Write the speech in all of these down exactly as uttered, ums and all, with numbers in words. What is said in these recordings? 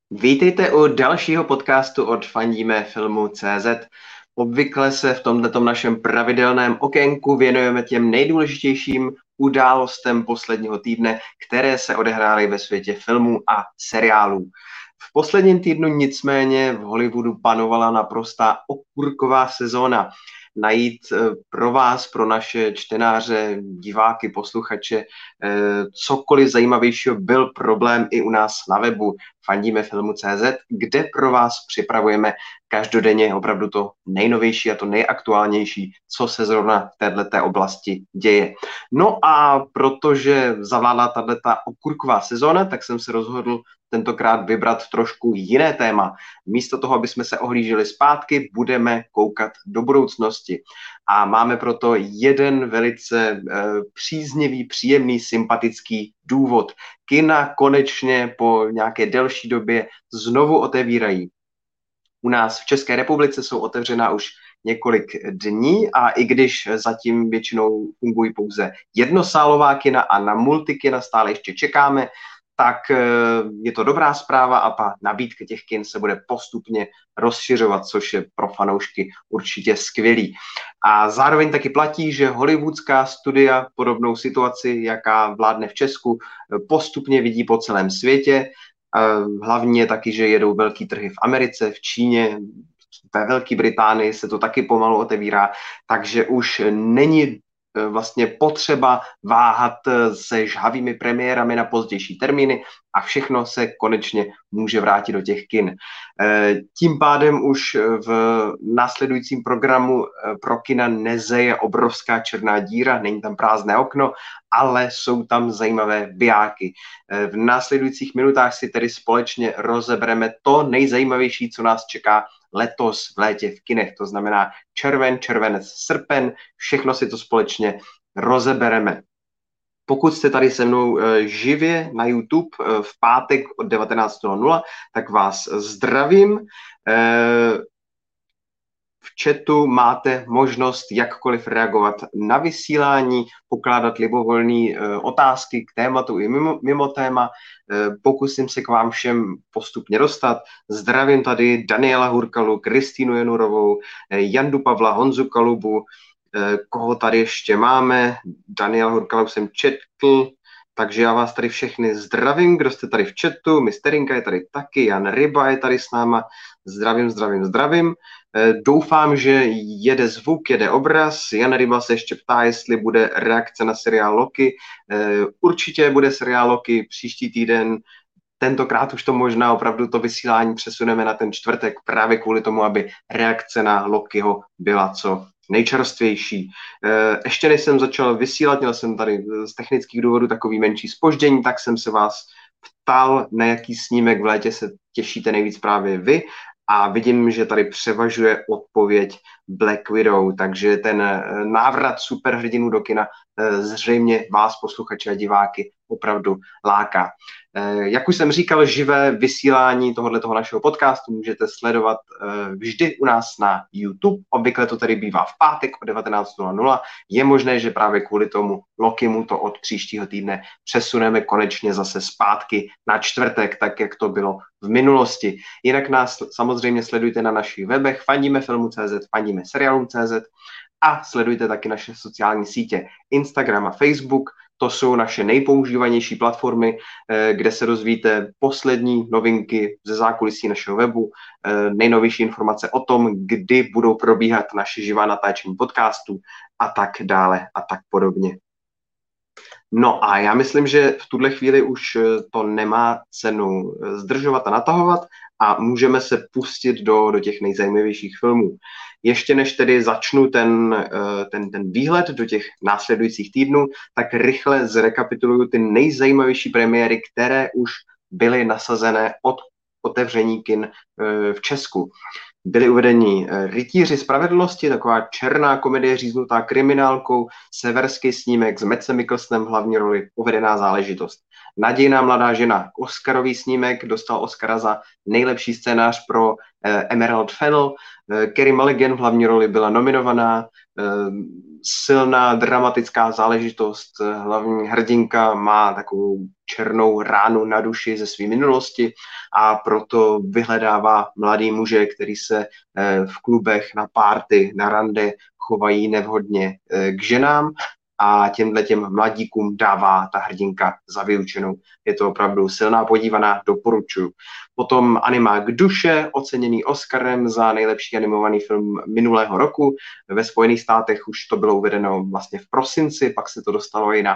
Vítejte u dalšího podcastu od Fandíme filmu tečka cé zet. Obvykle se v tomto našem pravidelném okénku věnujeme těm nejdůležitějším událostem posledního týdne, které se odehrály ve světě filmů a seriálů. V posledním týdnu nicméně v Hollywoodu panovala naprostá okurková sezóna. Najít pro vás, pro naše čtenáře, diváky, posluchače, cokoliv zajímavějšího byl problém i u nás na webu Fandíme filmu tečka cé zet, kde pro vás připravujeme každodenně opravdu to nejnovější a to nejaktuálnější, co se zrovna v této oblasti děje. No a protože zavládla tato okurková sezóna, tak jsem se rozhodl tentokrát vybrat trošku jiné téma. Místo toho, aby jsme se ohlíželi zpátky, budeme koukat do budoucnosti. A máme proto jeden velice e, příznivý, příjemný, sympatický důvod. Kina konečně po nějaké delší době znovu otevírají. U nás v České republice jsou otevřená už několik dní a i když zatím většinou fungují pouze jednosálová kina a na multikina stále ještě čekáme, tak je to dobrá zpráva a ta nabídka těch kin se bude postupně rozšiřovat, což je pro fanoušky určitě skvělý. A zároveň taky platí, že hollywoodská studia podobnou situaci, jaká vládne v Česku, postupně vidí po celém světě. Hlavně taky, že jedou velký trhy v Americe, v Číně, ve Velké Británii se to taky pomalu otevírá, takže už není vlastně potřeba váhat se žhavými premiérami na pozdější termíny a všechno se konečně může vrátit do těch kin. Tím pádem už v následujícím programu pro kina nezeje obrovská černá díra, není tam prázdné okno, ale jsou tam zajímavé bijáky. V následujících minutách si tedy společně rozebereme to nejzajímavější, co nás čeká letos v létě v kinech, to znamená červen, červenec, srpen, všechno si to společně rozebereme. Pokud jste tady se mnou živě na YouTube v pátek od devatenáct nula nula, tak vás zdravím. V chatu máte možnost jakkoliv reagovat na vysílání, pokládat libovolné otázky k tématu i mimo, mimo téma. Pokusím se k vám všem postupně dostat. Zdravím tady Daniela Hurkalu, Kristýnu Janurovou, Jandu Pavla, Honzu Kalubu. Koho tady ještě máme? Daniela Hurkalu jsem četl, takže já vás tady všechny zdravím, kdo jste tady v chatu. Misterinka je tady taky, Jan Ryba je tady s náma. Zdravím, zdravím, zdravím. Doufám, že jede zvuk, jede obraz. Jan Ryba se ještě ptá, jestli bude reakce na seriál Loki. Určitě bude seriál Loki příští týden. Tentokrát už to možná opravdu to vysílání přesuneme na ten čtvrtek právě kvůli tomu, aby reakce na Lokiho byla co nejčerstvější. Ještě než jsem začal vysílat, měl jsem tady z technických důvodů takový menší zpoždění, tak jsem se vás ptal, na jaký snímek v létě se těšíte nejvíc právě vy. A vidím, že tady převažuje odpověď Black Widow, takže ten návrat superhrdinů do kina zřejmě vás, posluchače a diváky, opravdu láká. Jak už jsem říkal, živé vysílání tohoto našeho podcastu můžete sledovat vždy u nás na YouTube. Obvykle to tedy bývá v pátek o devatenáct nula nula. Je možné, že právě kvůli tomu Lokimu to od příštího týdne přesuneme konečně zase zpátky na čtvrtek, tak jak to bylo v minulosti. Jinak nás samozřejmě sledujte na našich webech Fandíme filmu tečka cé zet, Fandíme seriálům tečka cé zet a sledujte taky naše sociální sítě Instagram a Facebook. To jsou naše nejpoužívanější platformy, kde se dozvíte poslední novinky ze zákulisí našeho webu, nejnovější informace o tom, kdy budou probíhat naše živá natáčení podcastů a tak dále a tak podobně. No a já myslím, že v tuhle chvíli už to nemá cenu zdržovat a natahovat a můžeme se pustit do, do těch nejzajímavějších filmů. Ještě než tedy začnu ten, ten, ten výhled do těch následujících týdnů, tak rychle zrekapituluju ty nejzajímavější premiéry, které už byly nasazené od otevření kin v Česku. Byli uvedeni Rytíři spravedlnosti, taková černá komedie říznutá kriminálkou, severský snímek s Madsem Mikkelsenem v hlavní roli, uvedená záležitost. Nadějná mladá žena, Oscarový snímek, dostal Oscara za nejlepší scénář pro Emerald Fennell. Carey Mulligan v hlavní roli byla nominovaná. Silná dramatická záležitost. Hlavní hrdinka má takovou černou ránu na duši ze své minulosti a proto vyhledává mladý muže, který se v klubech, na párty, na rande chovají nevhodně k ženám a těmhle těm mladíkům dává ta hrdinka za vyučenou. Je to opravdu silná podívaná, doporučuji. Potom Animák duše, oceněný Oscarem za nejlepší animovaný film minulého roku. Ve Spojených státech už to bylo uvedeno vlastně v prosinci, pak se to dostalo i na,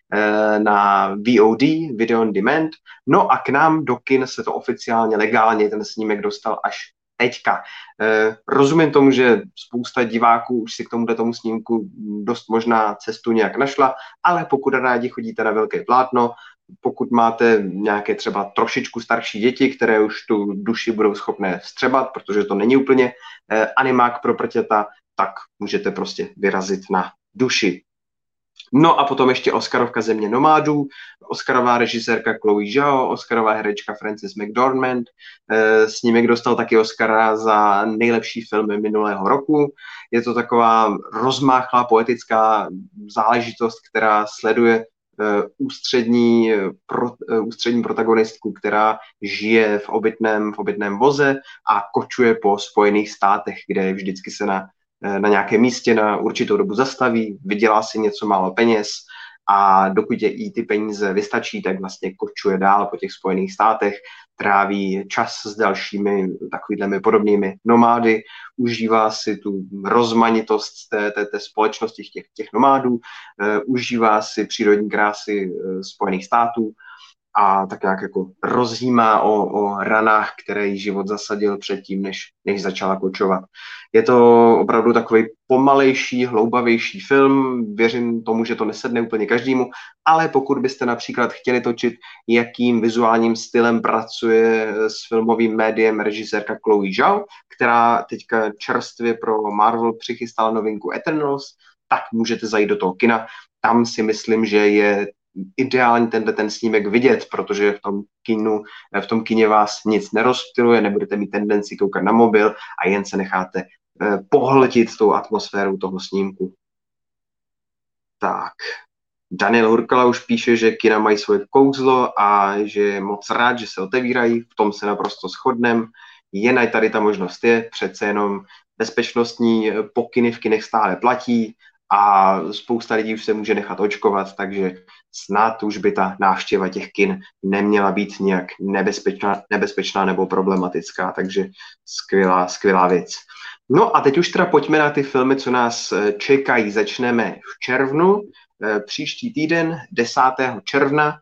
na V O D, Video on Demand. No a k nám do kin se to oficiálně, legálně ten snímek dostal až teďka. Eh, rozumím tomu, že spousta diváků už si k tomuto tomu snímku dost možná cestu nějak našla, ale pokud rádi chodíte na velké plátno, pokud máte nějaké třeba trošičku starší děti, které už tu duši budou schopné vstřebat, protože to není úplně eh, animák pro prťata, tak můžete prostě vyrazit na duši. No a potom ještě Oscarovka Země nomádů, Oscarová režisérka Chloe Zhao, Oscarová herečka Frances McDormand. Snímek dostal taky Oscara za nejlepší film minulého roku. Je to taková rozmáchlá poetická záležitost, která sleduje ústřední, pro, ústřední protagonistku, která žije v obytném, v obytném voze a kočuje po Spojených státech, kde vždycky se na na nějakém místě na určitou dobu zastaví, vydělá si něco málo peněz a dokud je jí ty peníze vystačí, tak vlastně kočuje dál po těch Spojených státech, tráví čas s dalšími takovými podobnými nomády, užívá si tu rozmanitost té, té, té společnosti těch, těch nomádů, uh, užívá si přírodní krásy uh, Spojených států a tak nějak jako rozjímá o, o ranách, které jí život zasadil předtím, než, než začala kočovat. Je to opravdu takový pomalejší, hloubavější film, věřím tomu, že to nesedne úplně každému, ale pokud byste například chtěli točit, jakým vizuálním stylem pracuje s filmovým médiem režisérka Chloe Zhao, která teďka čerstvě pro Marvel přichystala novinku Eternals, tak můžete zajít do toho kina. Tam si myslím, že je ideálně tenhle ten snímek vidět, protože v tom kinu, v tom kině vás nic nerozptyluje, nebudete mít tendenci koukat na mobil a jen se necháte eh, pohltit tou atmosférou toho snímku. Tak. Daniel Hurkala už píše, že kina mají svoje kouzlo a že je moc rád, že se otevírají, v tom se naprosto shodnem. Jen tady ta možnost je, přece jenom bezpečnostní pokyny v kinech stále platí a spousta lidí už se může nechat očkovat, takže snad už by ta návštěva těch kin neměla být nějak nebezpečná, nebezpečná nebo problematická, takže skvělá, skvělá věc. No a teď už teda pojďme na ty filmy, co nás čekají. Začneme v červnu, příští týden, desátého června,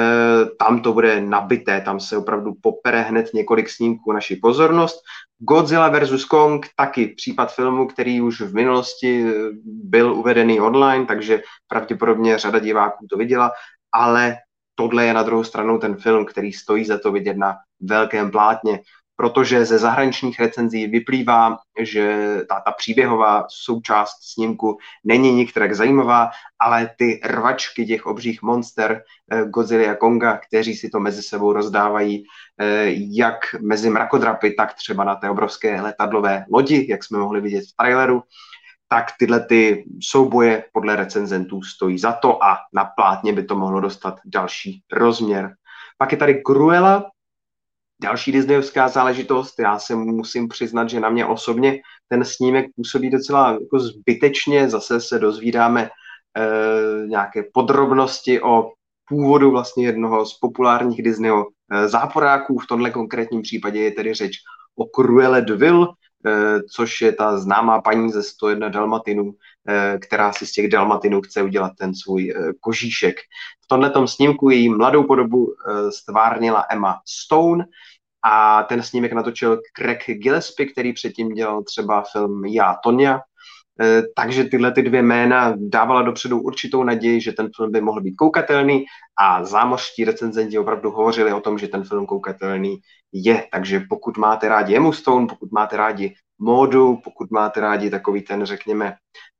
tam to bude nabité, tam se opravdu popere hned několik snímků naši pozornost. Godzilla versus. Kong, taky případ filmu, který už v minulosti byl uvedený online, takže pravděpodobně řada diváků to viděla, ale tohle je na druhou stranu ten film, který stojí za to vidět na velkém plátně, protože ze zahraničních recenzí vyplývá, že ta, ta příběhová součást snímku není nikterak zajímavá, ale ty rvačky těch obřích monster Godzilla a Konga, kteří si to mezi sebou rozdávají, jak mezi mrakodrapy, tak třeba na té obrovské letadlové lodi, jak jsme mohli vidět v traileru, tak tyhle ty souboje podle recenzentů stojí za to a na plátně by to mohlo dostat další rozměr. Pak je tady Cruella, další disneyovská záležitost. Já se musím přiznat, že na mě osobně ten snímek působí docela jako zbytečně. Zase se dozvídáme e, nějaké podrobnosti o původu vlastně jednoho z populárních Disneyho e, záporáků. V tomhle konkrétním případě je tedy řeč o Cruelle de Vil, e, což je ta známá paní ze sto jedna Dalmatinů, e, která si z těch Dalmatinů chce udělat ten svůj e, kožíšek. V tomhletom snímku její mladou podobu e, stvárnila Emma Stone a ten snímek natočil Craig Gillespie, který předtím dělal třeba film Já, Tonya. E, takže tyhle ty dvě jména dávala dopředu určitou naději, že ten film by mohl být koukatelný a zámořští recenzenti opravdu hovořili o tom, že ten film koukatelný je. Takže pokud máte rádi Emmu Stone, pokud máte rádi módu, pokud máte rádi takový ten, řekněme,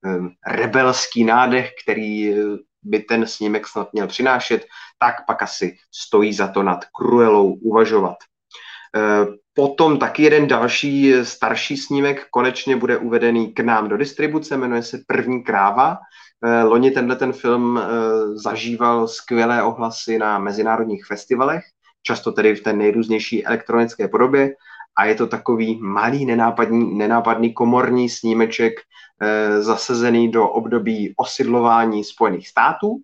rebelský nádech, který by ten snímek snad měl přinášet, tak pak asi stojí za to nad Cruellou uvažovat. Potom taky jeden další starší snímek konečně bude uvedený k nám do distribuce, jmenuje se První kráva. Loni tenhle ten film zažíval skvělé ohlasy na mezinárodních festivalech, často tedy v té nejrůznější elektronické podobě. A je to takový malý, nenápadný, nenápadný komorní snímeček zasazený do období osidlování Spojených států.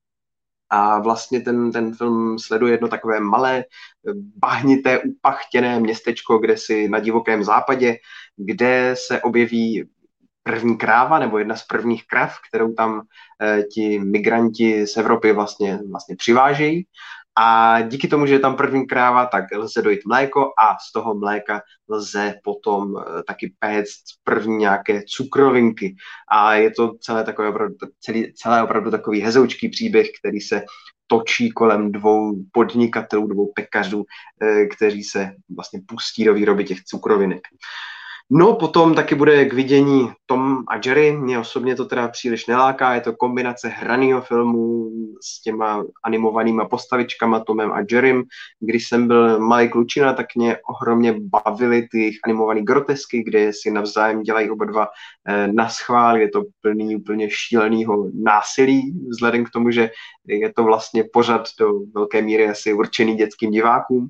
A vlastně ten, ten film sleduje jedno takové malé, bahnité, upachtěné městečko, kde si na divokém západě, kde se objeví první kráva, nebo jedna z prvních krav, kterou tam eh, ti migranti z Evropy vlastně, vlastně přivážejí. A díky tomu, že je tam první kráva, tak lze dojít mléko a z toho mléka lze potom eh, taky péct první nějaké cukrovinky. A je to celé, takové opravdu, celý, celé opravdu takový hezoučký příběh, který se točí kolem dvou podnikatelů, dvou pekařů, eh, kteří se vlastně pustí do výroby těch cukrovinek. No, potom taky bude k vidění Tom a Jerry. Mě osobně to teda příliš neláká, je to kombinace hraného filmu s těma animovanýma postavičkama Tomem a Jerrym. Když jsem byl malý klučina, tak mě ohromně bavily ty jejich animované grotesky, kde si navzájem dělají oba dva eh, na schvál. Je to plný úplně šíleného násilí, vzhledem k tomu, že je to vlastně pořad do velké míry asi určený dětským divákům.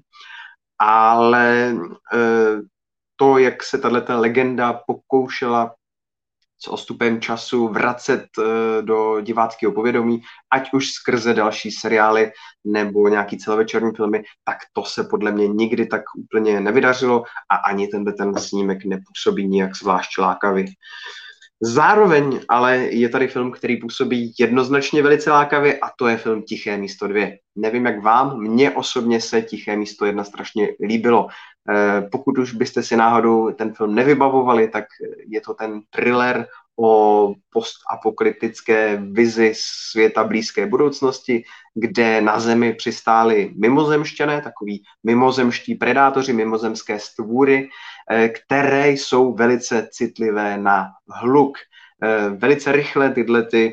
Ale eh, to, jak se tato legenda pokoušela s odstupem času vracet do diváckého povědomí, ať už skrze další seriály nebo nějaký celovečerní filmy, tak to se podle mě nikdy tak úplně nevydařilo a ani tenhle ten snímek nepůsobí nijak zvlášť lákavě. Zároveň ale je tady film, který působí jednoznačně velice lákavě a to je film Tiché místo dvě. Nevím, jak vám, mně osobně se Tiché místo jedna strašně líbilo. Pokud už byste si náhodou ten film nevybavovali, tak je to ten thriller o postapokalyptické vizi světa blízké budoucnosti, kde na Zemi přistáli mimozemšťané, takový mimozemští predátoři, mimozemské stvůry, které jsou velice citlivé na hluk. Velice rychle tyhle ty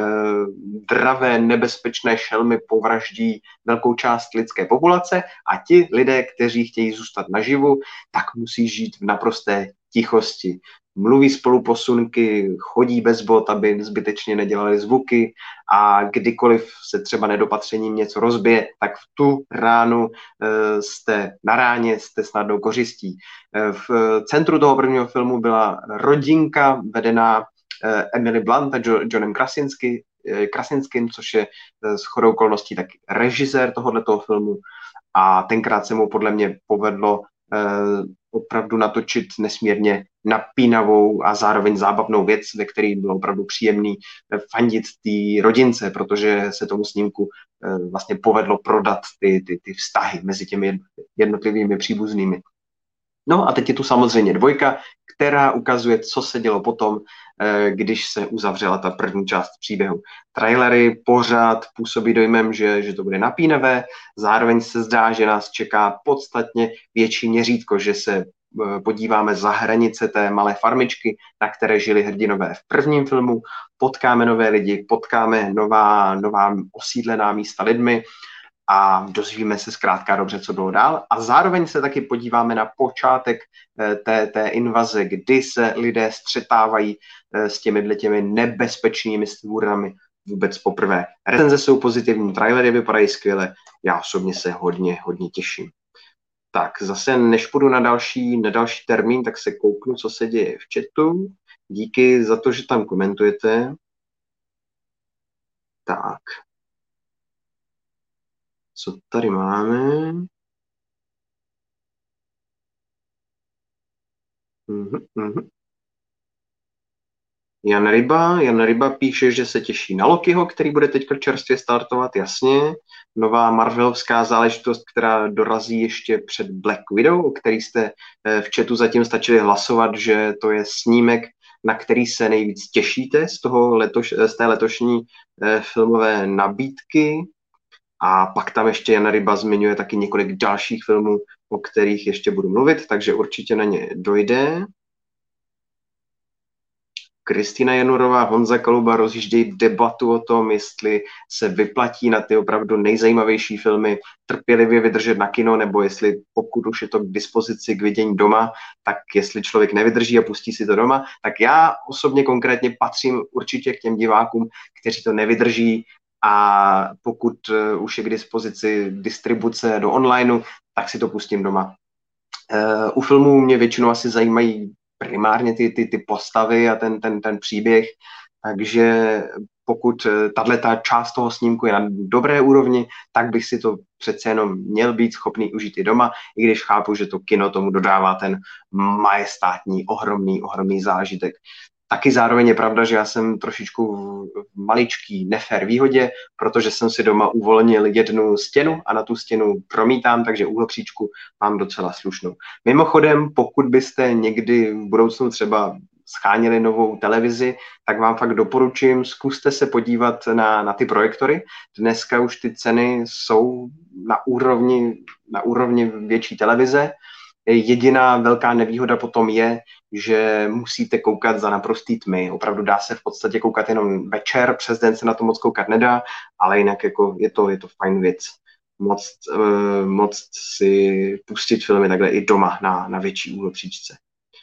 dravé, nebezpečné šelmy povraždí velkou část lidské populace a ti lidé, kteří chtějí zůstat naživu, tak musí žít v naprosté tichosti. Mluví spolu posunky, chodí bez bot, aby zbytečně nedělali zvuky a kdykoliv se třeba nedopatřením něco rozbije, tak v tu ránu jste na ráně, jste snadnou kořistí. V centru toho prvního filmu byla rodinka vedená Emily Blunt a Johnem Krasinski, Krasinským, což je shodou okolností taky režisér tohoto filmu a tenkrát se mu podle mě povedlo opravdu natočit nesmírně napínavou a zároveň zábavnou věc, ve které bylo opravdu příjemný fandit té rodince, protože se tomu snímku vlastně povedlo prodat ty, ty, ty vztahy mezi těmi jednotlivými příbuznými. No a teď je tu samozřejmě dvojka, která ukazuje, co se dělo potom, když se uzavřela ta první část příběhu. Trailery pořád působí dojmem, že, že to bude napínavé, zároveň se zdá, že nás čeká podstatně větší měřítko, že se podíváme za hranice té malé farmičky, na které žili hrdinové v prvním filmu, potkáme nové lidi, potkáme nová, nová osídlená místa lidmi, a dozvíme se zkrátka dobře, co bylo dál. A zároveň se taky podíváme na počátek té, té invaze, kdy se lidé střetávají s těmi, těmi nebezpečnými stvůrami vůbec poprvé. Recenze jsou pozitivní, trailery vypadají skvěle, já osobně se hodně, hodně těším. Tak zase, než půjdu na další, na další termín, tak se kouknu, co se děje v chatu. Díky za to, že tam komentujete. Tak. Co tady máme? Uhum, uhum. Jan Ryba, Jan Ryba píše, že se těší na Lokiho, který bude teď čerstvě startovat, jasně. Nová marvelovská záležitost, která dorazí ještě před Black Widow, o který jste v chatu zatím stačili hlasovat, že to je snímek, na který se nejvíc těšíte z, toho letoš, z té letošní filmové nabídky. A pak tam ještě Jan Ryba zmiňuje taky několik dalších filmů, o kterých ještě budu mluvit, takže určitě na ně dojde. Kristýna Janurová, Honza Kaluba rozjíždějí debatu o tom, jestli se vyplatí na ty opravdu nejzajímavější filmy trpělivě vydržet na kino, nebo jestli pokud už je to k dispozici k vidění doma, tak jestli člověk nevydrží a pustí si to doma. Tak já osobně konkrétně patřím určitě k těm divákům, kteří to nevydrží, a pokud uh, už je k dispozici distribuce do onlineu, tak si to pustím doma. Uh, u filmů mě většinou asi zajímají primárně ty, ty, ty postavy a ten, ten, ten příběh, takže pokud tato část toho snímku je na dobré úrovni, tak bych si to přece jenom měl být schopný užít i doma, i když chápu, že to kino tomu dodává ten majestátní, ohromný, ohromný zážitek. Taky zároveň je pravda, že já jsem trošičku v maličký nefér výhodě, protože jsem si doma uvolnil jednu stěnu a na tu stěnu promítám, takže úhlopříčku mám docela slušnou. Mimochodem, pokud byste někdy v budoucnu třeba scháněli novou televizi, tak vám fakt doporučím, zkuste se podívat na, na ty projektory. Dneska už ty ceny jsou na úrovni, na úrovni větší televize. Jediná velká nevýhoda potom je, že musíte koukat za naprostý tmy. Opravdu dá se v podstatě koukat jenom večer, přes den se na to moc koukat nedá, ale jinak jako je to, je to fajn věc. Moc, uh, moc si pustit filmy takhle i doma na, na větší úhlopříčce.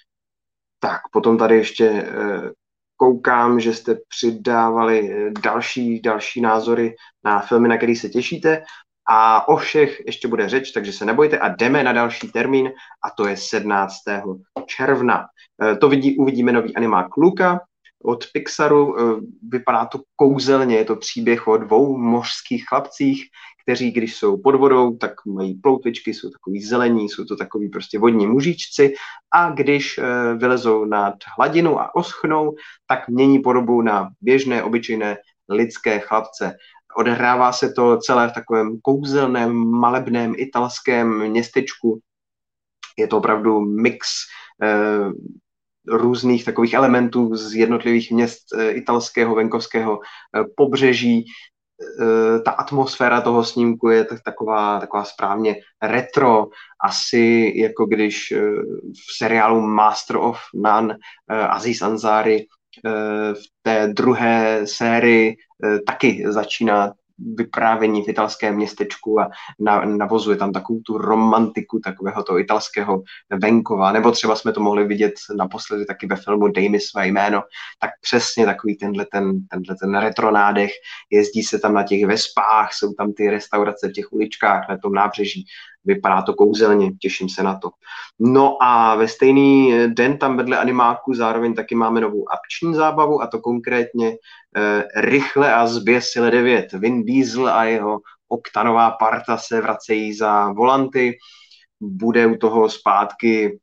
Tak, potom tady ještě uh, koukám, že jste přidávali další, další názory na filmy, na který se těšíte. A o všech ještě bude řeč, takže se nebojte a jdeme na další termín a to je sedmnáctého června. To vidí, uvidíme nový animák Luka od Pixaru. Vypadá to kouzelně, je to příběh o dvou mořských chlapcích, kteří, když jsou pod vodou, tak mají ploutvičky, jsou takový zelení, jsou to takový prostě vodní mužičci a když vylezou nad hladinu a oschnou, tak mění podobu na běžné, obyčejné lidské chlapce. Odehrává se to celé v takovém kouzelném, malebném italském městečku. Je to opravdu mix eh, různých takových elementů z jednotlivých měst eh, italského, venkovského eh, pobřeží. Eh, ta atmosféra toho snímku je tak, taková, taková správně retro, asi jako když eh, v seriálu Master of None eh, Aziz Ansari v té druhé sérii taky začíná vyprávění v italském městečku a navozuje tam takovou tu romantiku takového toho italského venkova, nebo třeba jsme to mohli vidět naposledy taky ve filmu Dej mi své jméno, tak přesně takový tenhle ten, tenhle ten retro nádech, jezdí se tam na těch vespách, jsou tam ty restaurace v těch uličkách na tom nábřeží, vypadá to kouzelně, těším se na to. No a ve stejný den tam vedle animáku zároveň taky máme novou akční zábavu a to konkrétně eh, Rychle a zběsile devět. Vin Diesel a jeho oktanová parta se vracejí za volanty. Bude u toho zpátky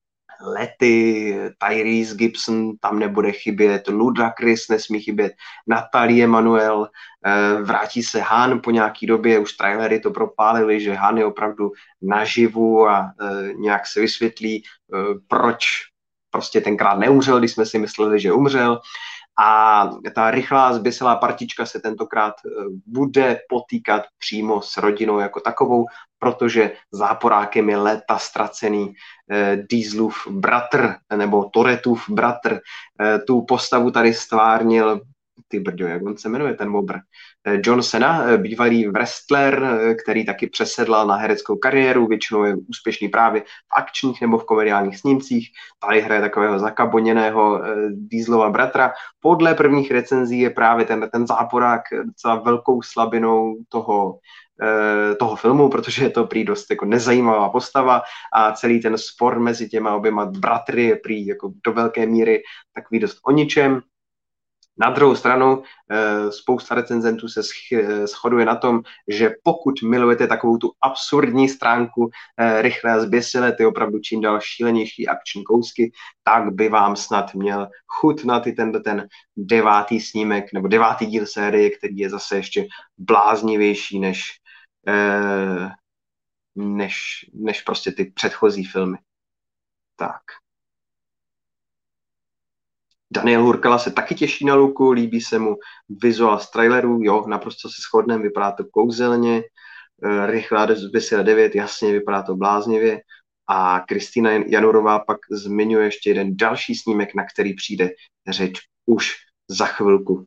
Letty, Tyrese Gibson, tam nebude chybět, Ludacris nesmí chybět, Natalie Emanuel, vrátí se Han po nějaký době, už trailery to propálili, že Han je opravdu naživu a nějak se vysvětlí, proč prostě tenkrát neumřel, když jsme si mysleli, že umřel. A ta rychlá zběsilá partička se tentokrát bude potýkat přímo s rodinou jako takovou, protože záporákem je léta ztracený eh, Dieselův bratr, nebo Toretův bratr. Eh, tu postavu tady stvárnil, ty brďo, jak on se jmenuje, ten mobr, eh, John Cena, eh, bývalý wrestler, eh, který taky přesedlal na hereckou kariéru, většinou je úspěšný právě v akčních nebo v komediálních snímcích. Tady hraje takového zakaboněného eh, Dieselova bratra. Podle prvních recenzí je právě ten, ten záporák docela velkou slabinou toho toho filmu, protože je to prý dost jako nezajímavá postava a celý ten spor mezi těma oběma bratry je prý jako do velké míry takový dost o ničem. Na druhou stranu spousta recenzentů se shoduje na tom, že pokud milujete takovou tu absurdní stránku Rychlé a zběsilé, ty opravdu čím dál šílenější akční kousky, tak by vám snad měl chutnat i ten, ten devátý snímek nebo devátý díl série, který je zase ještě bláznivější než než, než prostě ty předchozí filmy. Tak. Daniel Hurkala se taky těší na Luku, líbí se mu vizuál z trailerů, jo, naprosto se shodneme, vypadá to kouzelně, Rychlá zběsile devět, jasně, vypadá to bláznivě A Kristýna Janurová pak zmiňuje ještě jeden další snímek, na který přijde řeč už za chvilku.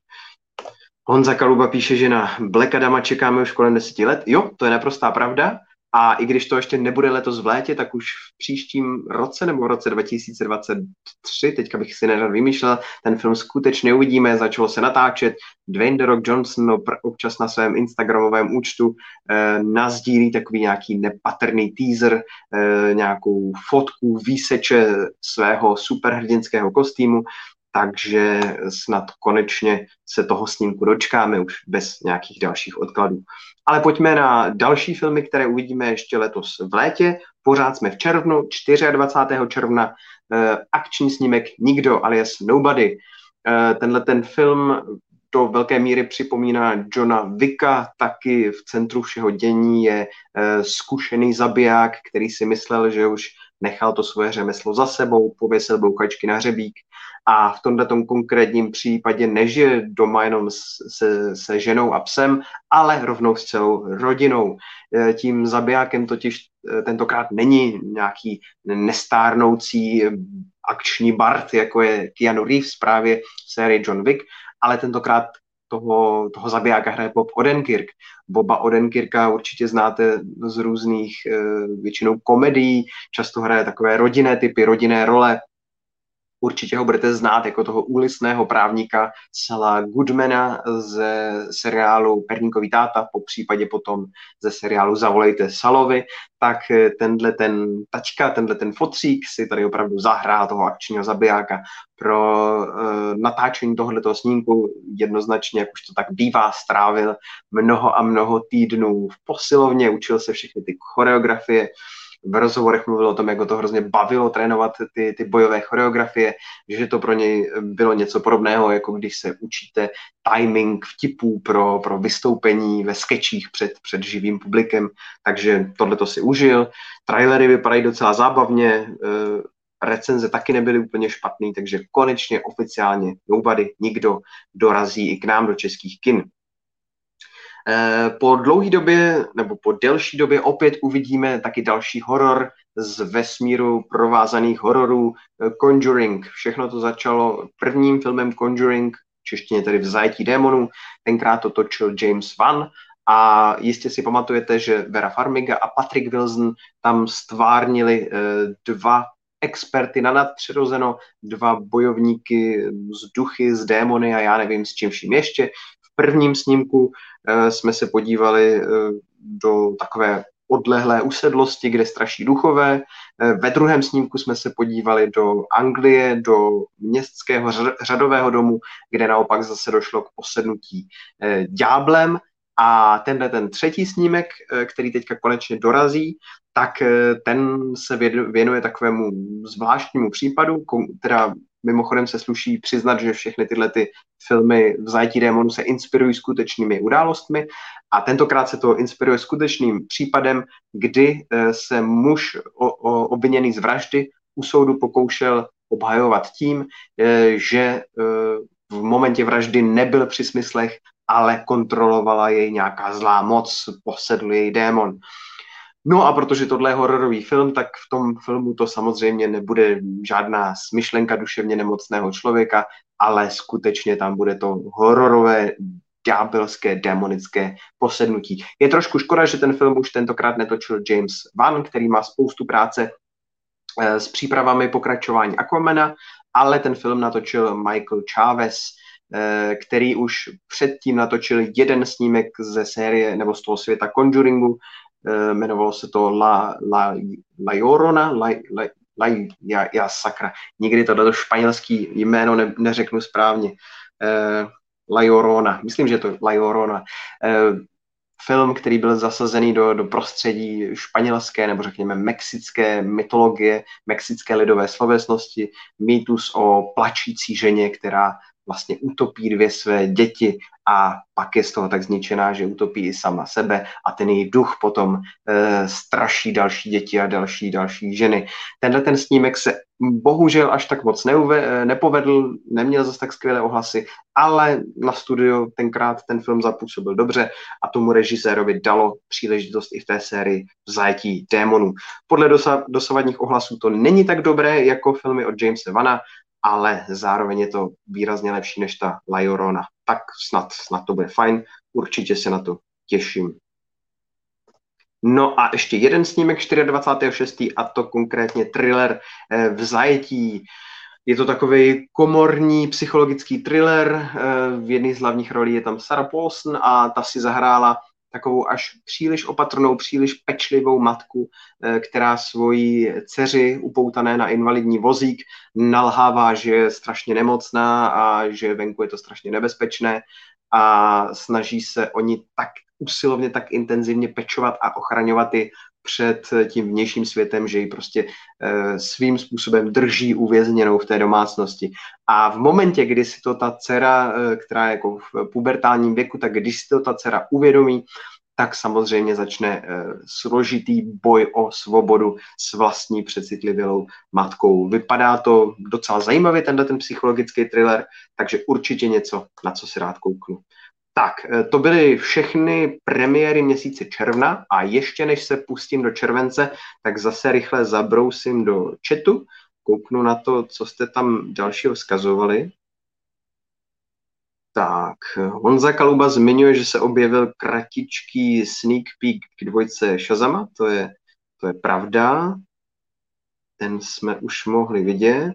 Honza Kaluba píše, že na Black Adama čekáme už kolem deseti let. Jo, to je naprostá pravda. A i když to ještě nebude letos v létě, tak už v příštím roce nebo v roce dva tisíce dvacet tři, teďka bych si nerad vymýšlel, ten film skutečně uvidíme, začalo se natáčet. Dwayne The Rock Johnson občas na svém instagramovém účtu eh, nazdílí takový nějaký nepatrný teaser, eh, nějakou fotku výseče svého superhrdinského kostýmu, takže snad konečně se toho snímku dočkáme už bez nějakých dalších odkladů. Ale pojďme na další filmy, které uvidíme ještě letos v létě. Pořád jsme v červnu, dvacátého čtvrtého června, eh, akční snímek Nikdo alias Nobody. Eh, tenhle ten film do velké míry připomíná Johna Wicka, taky v centru všeho dění je eh, zkušený zabiják, který si myslel, že už nechal to svoje řemeslo za sebou, pověsil bouchačky na hřebík a v tomto konkrétním případě nežije doma jenom se, se ženou a psem, ale rovnou s celou rodinou. Tím zabijákem totiž tentokrát není nějaký nestárnoucí akční bard, jako je Keanu Reeves právě v sérii John Wick, ale tentokrát toho, toho zabijáka hraje Bob Odenkirk. Boba Odenkirka určitě znáte z různých většinou komedií, často hraje takové rodinné typy, rodinné role. Určitě ho budete znát jako toho úlisného právníka Saula Goodmana ze seriálu Perníkový táta, po případě potom ze seriálu Zavolejte Salovi, tak tenhle ten tačka, tenhle ten fotřík si tady opravdu zahrál toho akčního zabijáka. Pro uh, natáčení tohoto snímku jednoznačně, jak už to tak bývá, strávil mnoho a mnoho týdnů v posilovně, učil se všechny ty choreografie. V rozhovorech mluvil o tom, jak ho to hrozně bavilo trénovat ty, ty bojové choreografie, že to pro něj bylo něco podobného, jako když se učíte timing vtipů pro, pro vystoupení ve skečích před, před živým publikem, takže tohleto si užil. Trailery vypadají docela zábavně, recenze taky nebyly úplně špatný, takže konečně oficiálně Nobody, Nikdo dorazí i k nám do českých kin. Po dlouhé době, nebo po delší době opět uvidíme taky další horor z vesmíru provázaných hororů Conjuring. Všechno to začalo prvním filmem Conjuring, češtině tedy V zajetí démonů, tenkrát to točil James Wan a jistě si pamatujete, že Vera Farmiga a Patrick Wilson tam stvárnili dva experty na nadpřirozeno, dva bojovníky z duchy, z démony a já nevím s čím vším ještě. V prvním snímku eh, jsme se podívali eh, do takové odlehlé usedlosti, kde straší duchové. Eh, ve druhém snímku jsme se podívali do Anglie, do městského řadového domu, kde naopak zase došlo k posednutí eh, ďáblem. A tenhle ten třetí snímek, který teďka konečně dorazí, tak ten se věnuje takovému zvláštnímu případu, teda mimochodem se sluší přiznat, že všechny tyhle ty filmy V zajetí démonů se inspirují skutečnými událostmi a tentokrát se to inspiruje skutečným případem, kdy se muž obviněný z vraždy u soudu pokoušel obhajovat tím, že v momentě vraždy nebyl při smyslech, ale kontrolovala jej nějaká zlá moc, posedl jej démon. No a protože tohle je hororový film, tak v tom filmu to samozřejmě nebude žádná smyšlenka duševně nemocného člověka, ale skutečně tam bude to hororové, ďábelské, démonické posednutí. Je trošku škoda, že ten film už tentokrát netočil James Wan, který má spoustu práce s přípravami pokračování Aquamana, ale ten film natočil Michael Chavez, který už předtím natočil jeden snímek ze série nebo z toho světa Conjuringu, jmenovalo se to La, La, La Llorona, La, La, La, já, já sakra, nikdy tohleto španělský jméno ne, neřeknu správně, La Llorona, myslím, že to je La Llorona. Film, který byl zasazený do, do prostředí španělské nebo řekněme mexické mytologie, mexické lidové slověsnosti, mýtus o plačící ženě, která vlastně utopí dvě své děti a pak je z toho tak zničená, že utopí i sama sebe a ten její duch potom e, straší další děti a další, další ženy. Tenhle ten snímek se bohužel až tak moc neuve, nepovedl, neměl zase tak skvělé ohlasy, ale na studiu tenkrát ten film zapůsobil dobře a tomu režisérovi dalo příležitost i v té sérii V zajetí démonů. Podle dosa, dosavadních ohlasů to není tak dobré jako filmy od Jamese Vana, ale zároveň je to výrazně lepší než ta La Llorona. Tak snad, snad to bude fajn, určitě se na to těším. No a ještě jeden snímek dvacátého šestého a to konkrétně thriller V zajetí. Je to takový komorní psychologický thriller, v jedné z hlavních rolí je tam Sarah Paulson a ta si zahrála takovou až příliš opatrnou, příliš pečlivou matku, která svojí dceři upoutané na invalidní vozík nalhává, že je strašně nemocná a že venku je to strašně nebezpečné a snaží se oni tak usilovně, tak intenzivně pečovat a ochraňovat ji před tím vnějším světem, že ji prostě e, svým způsobem drží uvězněnou v té domácnosti. A v momentě, kdy si to ta dcera, e, která je jako v pubertálním věku, tak když si to ta dcera uvědomí, tak samozřejmě začne e, složitý boj o svobodu s vlastní přecitlivělou matkou. Vypadá to docela zajímavě, tenhle ten psychologický thriller, takže určitě něco, na co si rád kouknu. Tak, to byly všechny premiéry měsíce června a ještě než se pustím do července, tak zase rychle zabrousím do chatu, kouknu na to, co jste tam dalšího vzkazovali. Tak, Honza Kaluba zmiňuje, že se objevil kratičký sneak peek k dvojce Shazama, to je, to je pravda, ten jsme už mohli vidět.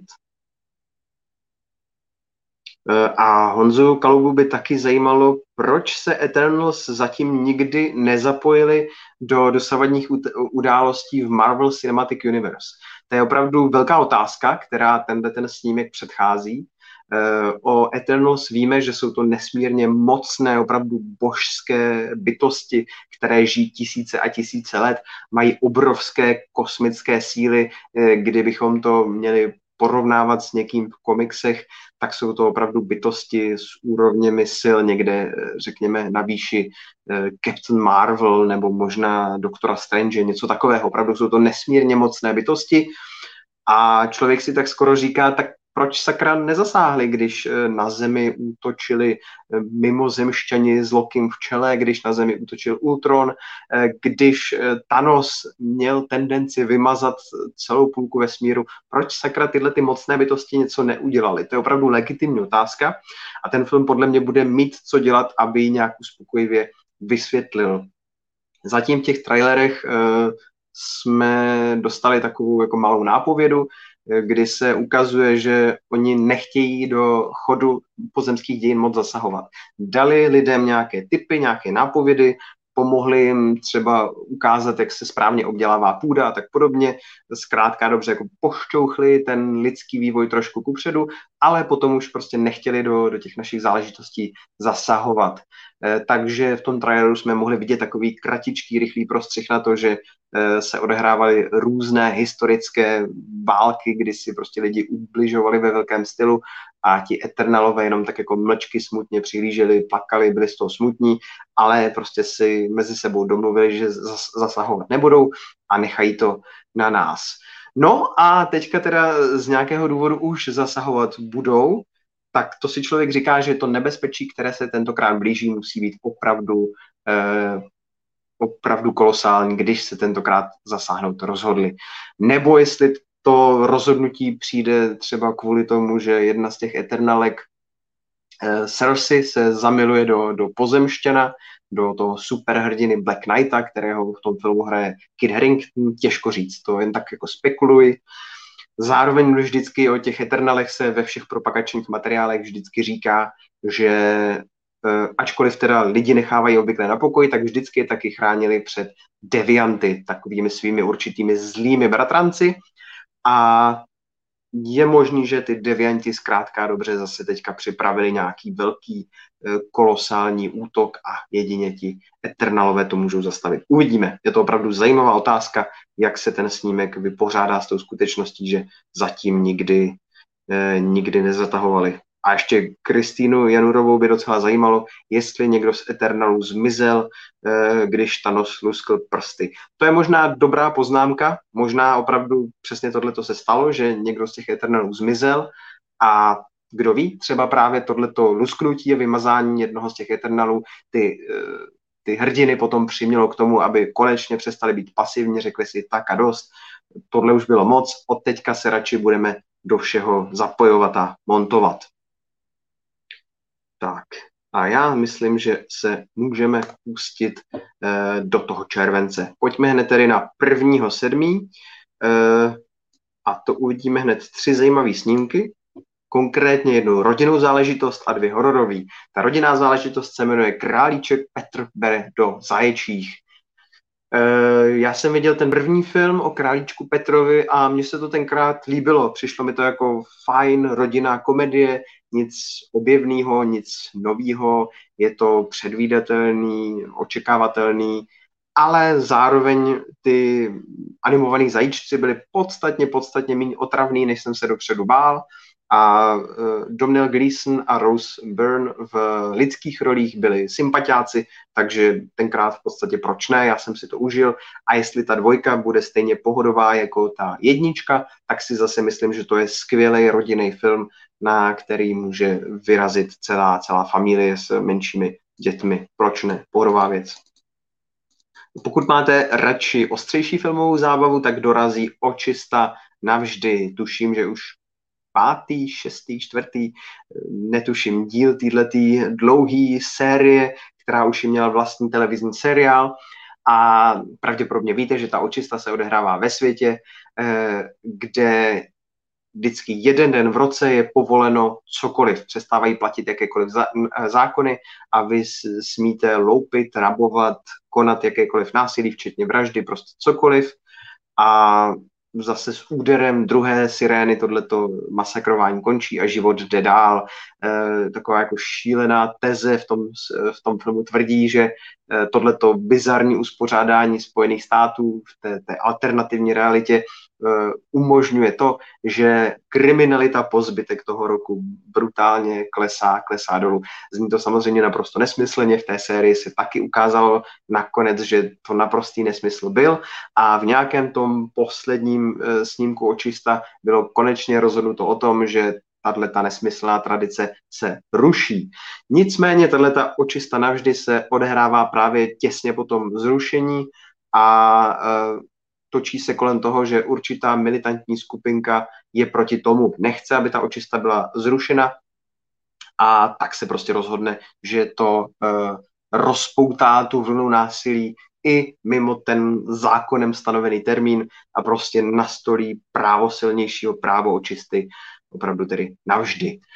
A Honzu Kalubu by taky zajímalo, proč se Eternals zatím nikdy nezapojili do dosavadních událostí v Marvel Cinematic Universe. To je opravdu velká otázka, která tenhle ten snímek předchází. O Eternals víme, že jsou to nesmírně mocné, opravdu božské bytosti, které žijí tisíce a tisíce let, mají obrovské kosmické síly, kdybychom to měli porovnávat s někým v komiksech, tak jsou to opravdu bytosti s úrovněmi sil někde, řekněme, na výši Captain Marvel nebo možná Doktora Strange, něco takového. Opravdu jsou to nesmírně mocné bytosti a člověk si tak skoro říká, tak proč sakra nezasáhli, když na Zemi útočili mimozemšťani s Lokim v čele, když na Zemi útočil Ultron, když Thanos měl tendenci vymazat celou půlku vesmíru. Proč sakra tyhle ty mocné bytosti něco neudělali? To je opravdu legitimní otázka a ten film podle mě bude mít co dělat, aby ji nějak uspokojivě vysvětlil. Zatím v těch trailerech jsme dostali takovou jako malou nápovědu, kdy se ukazuje, že oni nechtějí do chodu pozemských dějin moc zasahovat. Dali lidem nějaké tipy, nějaké nápovědy, pomohli jim třeba ukázat, jak se správně obdělává půda a tak podobně. Zkrátka dobře jako pošťouchli ten lidský vývoj trošku kupředu, ale potom už prostě nechtěli do, do těch našich záležitostí zasahovat. E, takže v tom traileru jsme mohli vidět takový kratičký, rychlý prostřih na to, že e, se odehrávaly různé historické války, kdy si prostě lidi ubližovali ve velkém stylu a ti Eternalové jenom tak jako mlčky smutně přihlíželi, plakali, byli z toho smutní, ale prostě si mezi sebou domluvili, že zasahovat nebudou a nechají to na nás. No a teďka teda z nějakého důvodu už zasahovat budou, tak to si člověk říká, že to nebezpečí, které se tentokrát blíží, musí být opravdu, eh, opravdu kolosální, když se tentokrát zasáhnout rozhodli. Nebo jestli to rozhodnutí přijde třeba kvůli tomu, že jedna z těch Eternalek, eh, Cersei, se zamiluje do, do pozemšťana, do toho superhrdiny Black Knighta, kterého v tom filmu hraje Kit Harington, těžko říct, to jen tak jako spekuluji. Zároveň vždycky o těch Eternalech se ve všech propagačních materiálech vždycky říká, že eh, ačkoliv teda lidi nechávají obvykle na pokoji, tak vždycky je taky chránili před devianty, takovými svými určitými zlými bratranci. A je možný, že ty devianti zkrátka dobře zase teďka připravili nějaký velký kolosální útok a jedině ti Eternalové to můžou zastavit. Uvidíme. Je to opravdu zajímavá otázka, jak se ten snímek vypořádá s tou skutečností, že zatím nikdy, eh, nikdy nezatahovali. A ještě Kristýnu Janurovou by docela zajímalo, jestli někdo z Eternalu zmizel, když Thanos luskl prsty. To je možná dobrá poznámka, možná opravdu přesně tohleto se stalo, že někdo z těch Eternalů zmizel a kdo ví, třeba právě tohleto lusknutí a vymazání jednoho z těch Eternalů ty, ty hrdiny potom přimělo k tomu, aby konečně přestali být pasivní, řekli si tak a dost, tohle už bylo moc, od teďka se radši budeme do všeho zapojovat a montovat. Tak a já myslím, že se můžeme pustit eh, do toho července. Pojďme hned tedy na prvního sedmý eh, a to uvidíme hned tři zajímavé snímky, konkrétně jednu rodinnou záležitost a dvě hororový. Ta rodinná záležitost se jmenuje Králíček Petr bere do zaječích. Já jsem viděl ten první film o králíčku Petrovi a mně se to tenkrát líbilo. Přišlo mi to jako fajn rodinná komedie, nic objevného, nic nového, je to předvídatelný, očekávatelný, ale zároveň ty animovaný zajíčci byly podstatně, podstatně méně otravný, než jsem se dopředu bál. A Domhnall Gleeson a Rose Byrne v lidských rolích byli sympatiáci, takže tenkrát v podstatě proč ne, já jsem si to užil a jestli ta dvojka bude stejně pohodová jako ta jednička, tak si zase myslím, že to je skvělý rodinný film, na který může vyrazit celá, celá familie s menšími dětmi. Proč ne? Pohodová věc. Pokud máte radši ostřejší filmovou zábavu, tak dorazí Očista navždy. Tuším, že už pátý, šestý, čtvrtý, netuším, díl téhletý dlouhý série, která už měla vlastní televizní seriál a pravděpodobně víte, že ta Očista se odehrává ve světě, kde vždycky jeden den v roce je povoleno cokoliv, přestávají platit jakékoliv zákony a vy smíte loupit, rabovat, konat jakékoliv násilí, včetně vraždy, prostě cokoliv a zase s úderem druhé sirény tohleto masakrování končí a život jde dál. E, taková jako šílená teze v tom, v tom filmu tvrdí, že e, tohleto bizarní uspořádání Spojených států v té, té alternativní realitě e, umožňuje to, že kriminalita po zbytek toho roku brutálně klesá, klesá dolů. Zní to samozřejmě naprosto nesmyslně, v té sérii se taky ukázalo nakonec, že to naprostý nesmysl byl a v nějakém tom posledním e, snímku Očista bylo konečně rozhodnuto o tom, že tato nesmyslná tradice se ruší. Nicméně tato Očista navždy se odehrává právě těsně po tom zrušení a e, točí se kolem toho, že určitá militantní skupinka je proti tomu. Nechce, aby ta Očista byla zrušena a tak se prostě rozhodne, že to e, rozpoutá tu vlnu násilí i mimo ten zákonem stanovený termín a prostě nastolí právo silnějšího, právo Očisty, opravdu tedy navždy. E,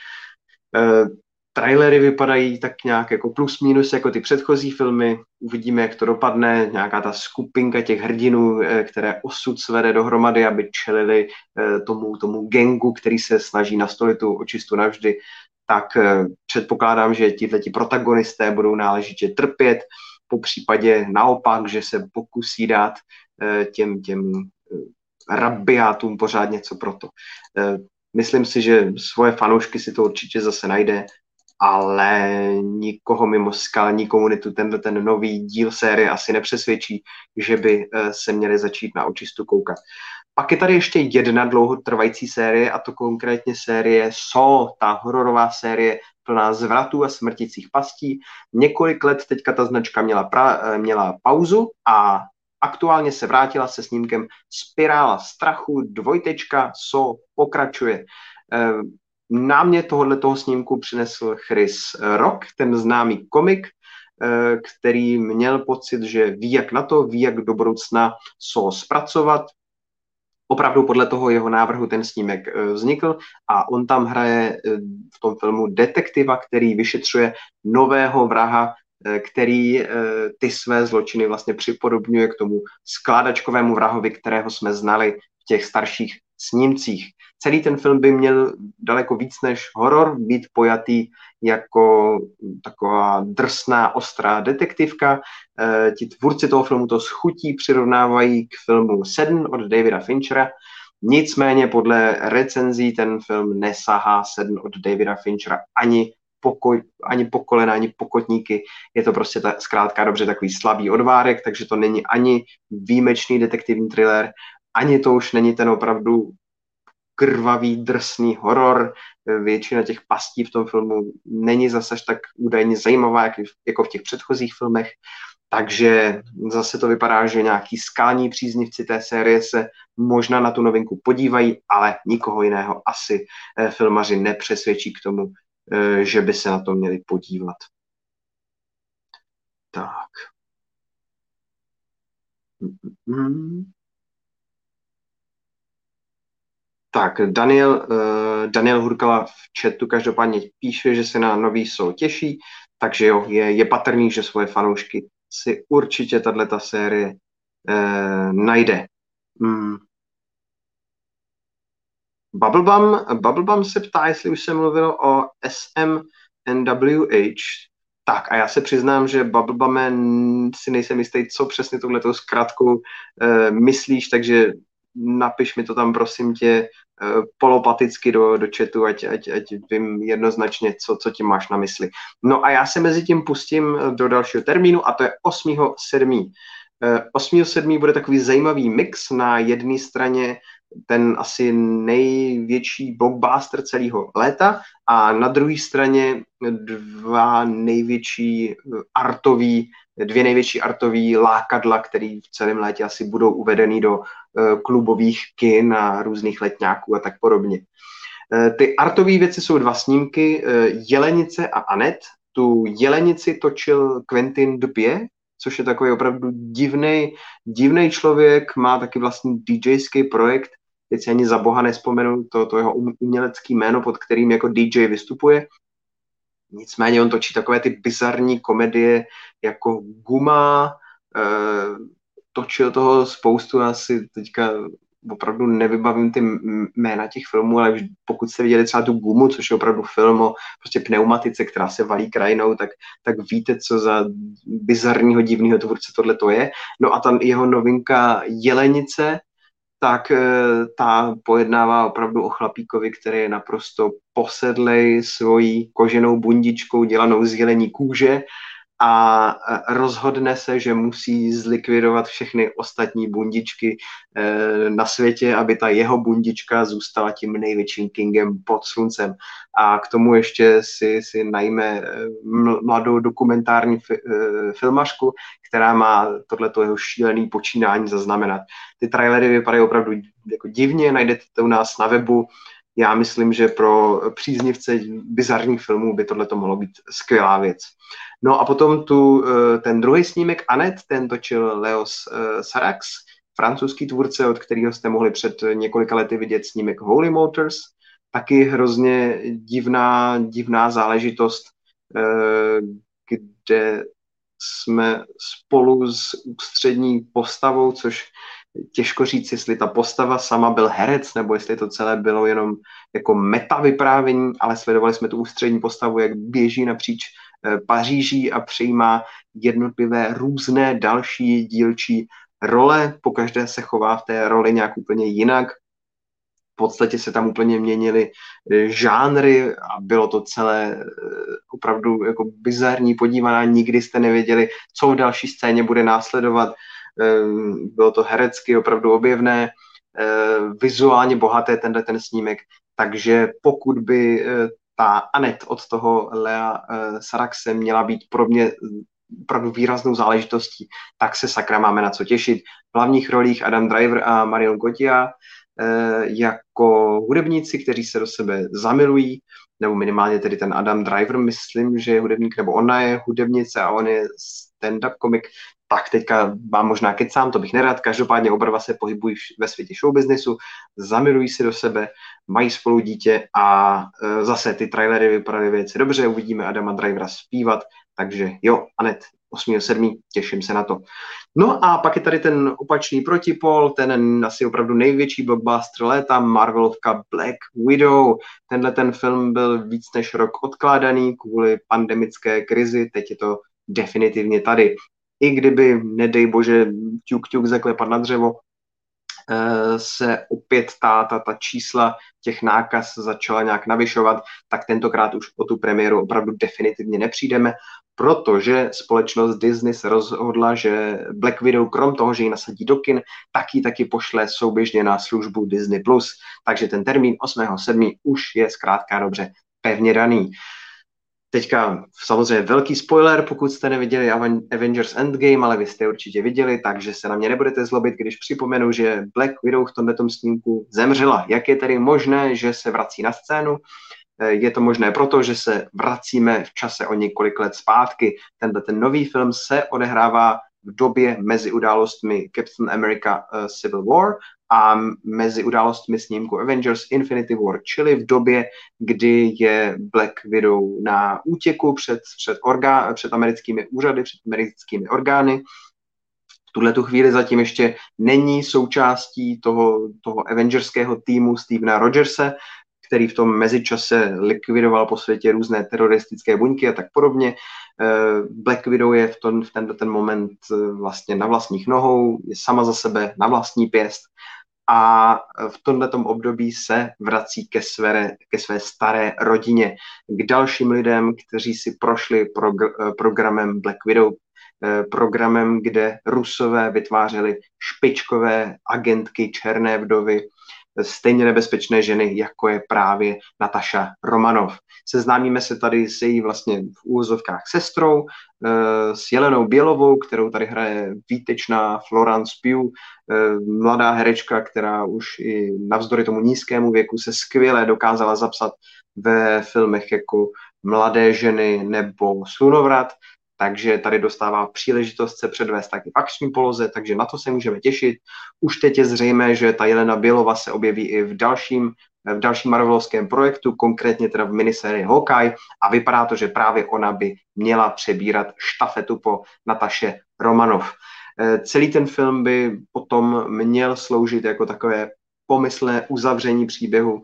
trailery vypadají tak nějak jako plus minus jako ty předchozí filmy. Uvidíme, jak to dopadne. Nějaká ta skupinka těch hrdinů, e, které osud svede dohromady, aby čelili e, tomu, tomu gangu, který se snaží nastolit tu Očistu navždy. Tak e, předpokládám, že tihleti protagonisté budou náležitě trpět, po případě naopak, že se pokusí dát e, těm, těm e, rabiátům pořád něco pro to. E, Myslím si, že svoje fanoušky si to určitě zase najde, ale nikoho mimo skalní komunitu tenhle ten nový díl série asi nepřesvědčí, že by se měli začít na Očistu koukat. Pak je tady ještě jedna dlouhotrvající série, a to konkrétně série Saw, ta hororová série plná zvratů a smrticích pastí. Několik let teďka ta značka měla, pra, měla pauzu a aktuálně se vrátila se snímkem Spirála strachu, dvojtečka, Saw pokračuje. Námět tohoto snímku přinesl Chris Rock, ten známý komik, který měl pocit, že ví, jak na to, ví, jak do budoucna Saw zpracovat. Opravdu podle toho jeho návrhu ten snímek vznikl a on tam hraje v tom filmu detektiva, který vyšetřuje nového vraha, který ty své zločiny vlastně připodobňuje k tomu skládačkovému vrahovi, kterého jsme znali v těch starších snímcích. Celý ten film by měl daleko víc než horor být pojatý jako taková drsná, ostrá detektivka. Ti tvůrci toho filmu to s chutí přirovnávají k filmu Sedm od Davida Finchera Nicméně podle recenzí ten film nesahá sedm od Davida Finchera ani pokoj, ani po kolena, ani po kotníky. Je to prostě ta, zkrátka dobře takový slabý odvárek, takže to není ani výjimečný detektivní thriller, ani to už není ten opravdu krvavý, drsný horor. Většina těch pastí v tom filmu není zase tak údajně zajímavá, jak jako v těch předchozích filmech. Takže zase to vypadá, že nějaký skální příznivci té série se možná na tu novinku podívají, ale nikoho jiného asi filmaři nepřesvědčí k tomu, že by se na to měli podívat. Tak. Mm-hmm. Tak, Daniel, uh, Daniel Hurkala v chatu každopádně píše, že se na nový Soul těší, takže jo, je, je patrný, že svoje fanoušky si určitě tato série uh, najde. Mm. Bubblebum, Bubblebum se ptá, jestli už se mluvilo o S M N W H. Tak a já se přiznám, že Bubblebume si nejsem jistý, co přesně touhletou zkrátkou uh, myslíš, takže napiš mi to tam, prosím tě, polopaticky do, do chatu, ať, ať, ať vím jednoznačně, co, co tím máš na mysli. No a já se mezi tím pustím do dalšího termínu a to je osmého sedmého osmého sedmého bude takový zajímavý mix. Na jedné straně ten asi největší blockbuster celého léta a na druhé straně dva největší artový, dvě největší artový lákadla, který v celém létě asi budou uvedený do klubových kin a různých letňáků a tak podobně. Ty artové věci jsou dva snímky, Jelenice a Anet. Tu Jelenici točil Quentin Dupieux, což je takový opravdu divnej, divnej člověk, má taky vlastní DJský projekt, teď si ani za boha nespomenu to, to jeho umělecký jméno, pod kterým jako D J vystupuje. Nicméně on točí takové ty bizarní komedie jako Guma, eh, točil toho spoustu, asi teďka opravdu nevybavím ty jména těch filmů, ale pokud jste viděli třeba tu Gumu, což je opravdu film o prostě pneumatice, která se valí krajinou, tak, tak víte, co za bizarního, divného tvůrce tohle to je. No a tam jeho novinka Jelenice, tak ta pojednává opravdu o chlapíkovi, který je naprosto posedlej svojí koženou bundičkou dělanou z jelení kůže a rozhodne se, že musí zlikvidovat všechny ostatní bundičky na světě, aby ta jeho bundička zůstala tím největším kingem pod sluncem. A k tomu ještě si, si najme mladou dokumentární filmařku, která má tohleto jeho šílený počínání zaznamenat. Ty trailery vypadají opravdu jako divně, najdete to u nás na webu. Já myslím, že pro příznivce bizarních filmů by tohleto mohlo být skvělá věc. No a potom tu, ten druhý snímek Anet, ten točil Leos Sarax, francouzský tvůrce, od kterého jste mohli před několika lety vidět snímek Holy Motors. Taky hrozně divná, divná záležitost, kde jsme spolu s ústřední postavou, což těžko říct, jestli ta postava sama byl herec, nebo jestli to celé bylo jenom jako meta vyprávění, ale sledovali jsme tu ústřední postavu, jak běží napříč Paříží a přijímá jednotlivé různé další dílčí role. Pokaždé se chová v té roli nějak úplně jinak. V podstatě se tam úplně měnily žánry a bylo to celé opravdu jako bizarní podívaná. Nikdy jste nevěděli, co v další scéně bude následovat. Bylo to herecky opravdu objevné, vizuálně bohaté tenhle ten snímek, takže pokud by ta Anet od toho Lea Saraxe měla být pro mě opravdu výraznou záležitostí, tak se sakra máme na co těšit. V hlavních rolích Adam Driver a Marion Cotillard jako hudebníci, kteří se do sebe zamilují, nebo minimálně tedy ten Adam Driver, myslím, že je hudebník, nebo ona je hudebnice a on je stand-up komik, tak teďka vám možná kecám, to bych nerad, každopádně oba dva se pohybují ve světě showbiznesu, zamilují se do sebe, mají spolu dítě a e, zase ty trailery vypadaly věci dobře, uvidíme Adama Drivera zpívat, takže jo, Anet, osmého sedmého těším se na to. No a pak je tady ten opačný protipol, ten asi opravdu největší blockbuster léta, Marvelovka Black Widow. Tenhle ten film byl víc než rok odkládaný kvůli pandemické krizi, teď je to definitivně tady. I kdyby, nedej bože, ťuk ťuk zaklepat na dřevo, se opět ta, ta, ta čísla těch nákaz začala nějak navyšovat, tak tentokrát už o tu premiéru opravdu definitivně nepřijdeme, protože společnost Disney se rozhodla, že Black Widow, krom toho, že ji nasadí do kin, tak ji taky pošle souběžně na službu Disney plus. Takže ten termín osmého sedmého už je zkrátka dobře pevně daný. Teďka samozřejmě velký spoiler, pokud jste neviděli Avengers Endgame, ale vy jste určitě viděli, takže se na mě nebudete zlobit, když připomenu, že Black Widow v tomto snímku zemřela. Jak je tedy možné, že se vrací na scénu? Je to možné proto, že se vracíme v čase o několik let zpátky. Tenhle ten nový film se odehrává v době mezi událostmi Captain America uh, Civil War a mezi událostmi snímku Avengers Infinity War, čili v době, kdy je Black Widow na útěku před, před, orgá, před americkými úřady, před americkými orgány. V tuhle tu chvíli zatím ještě není součástí toho, toho avengerského týmu Stevena Rogerse, který v tom mezičase likvidoval po světě různé teroristické buňky a tak podobně. Black Widow je v, tom, v tento ten moment vlastně na vlastních nohou, je sama za sebe na vlastní pěst a v tomto období se vrací ke své, ke své staré rodině, k dalším lidem, kteří si prošli progr- programem Black Widow, programem, kde Rusové vytvářeli špičkové agentky Černé vdovy, stejně nebezpečné ženy, jako je právě Natasha Romanoff. Seznámíme se tady s její vlastně v úvozovkách sestrou, s Jelenou Bělovou, kterou tady hraje výtečná Florence Pugh, mladá herečka, která už i navzdory tomu nízkému věku se skvěle dokázala zapsat ve filmech jako Mladé ženy nebo Slunovrat, takže tady dostává příležitost se předvést taky v akční poloze, takže na to se můžeme těšit. Už teď je zřejmé, že ta Jelena Bělova se objeví i v dalším, v dalším marvelovském projektu, konkrétně teda v minisérii Hawkeye a vypadá to, že právě ona by měla přebírat štafetu po Nataše Romanoff. Celý ten film by potom měl sloužit jako takové pomyslné uzavření příběhu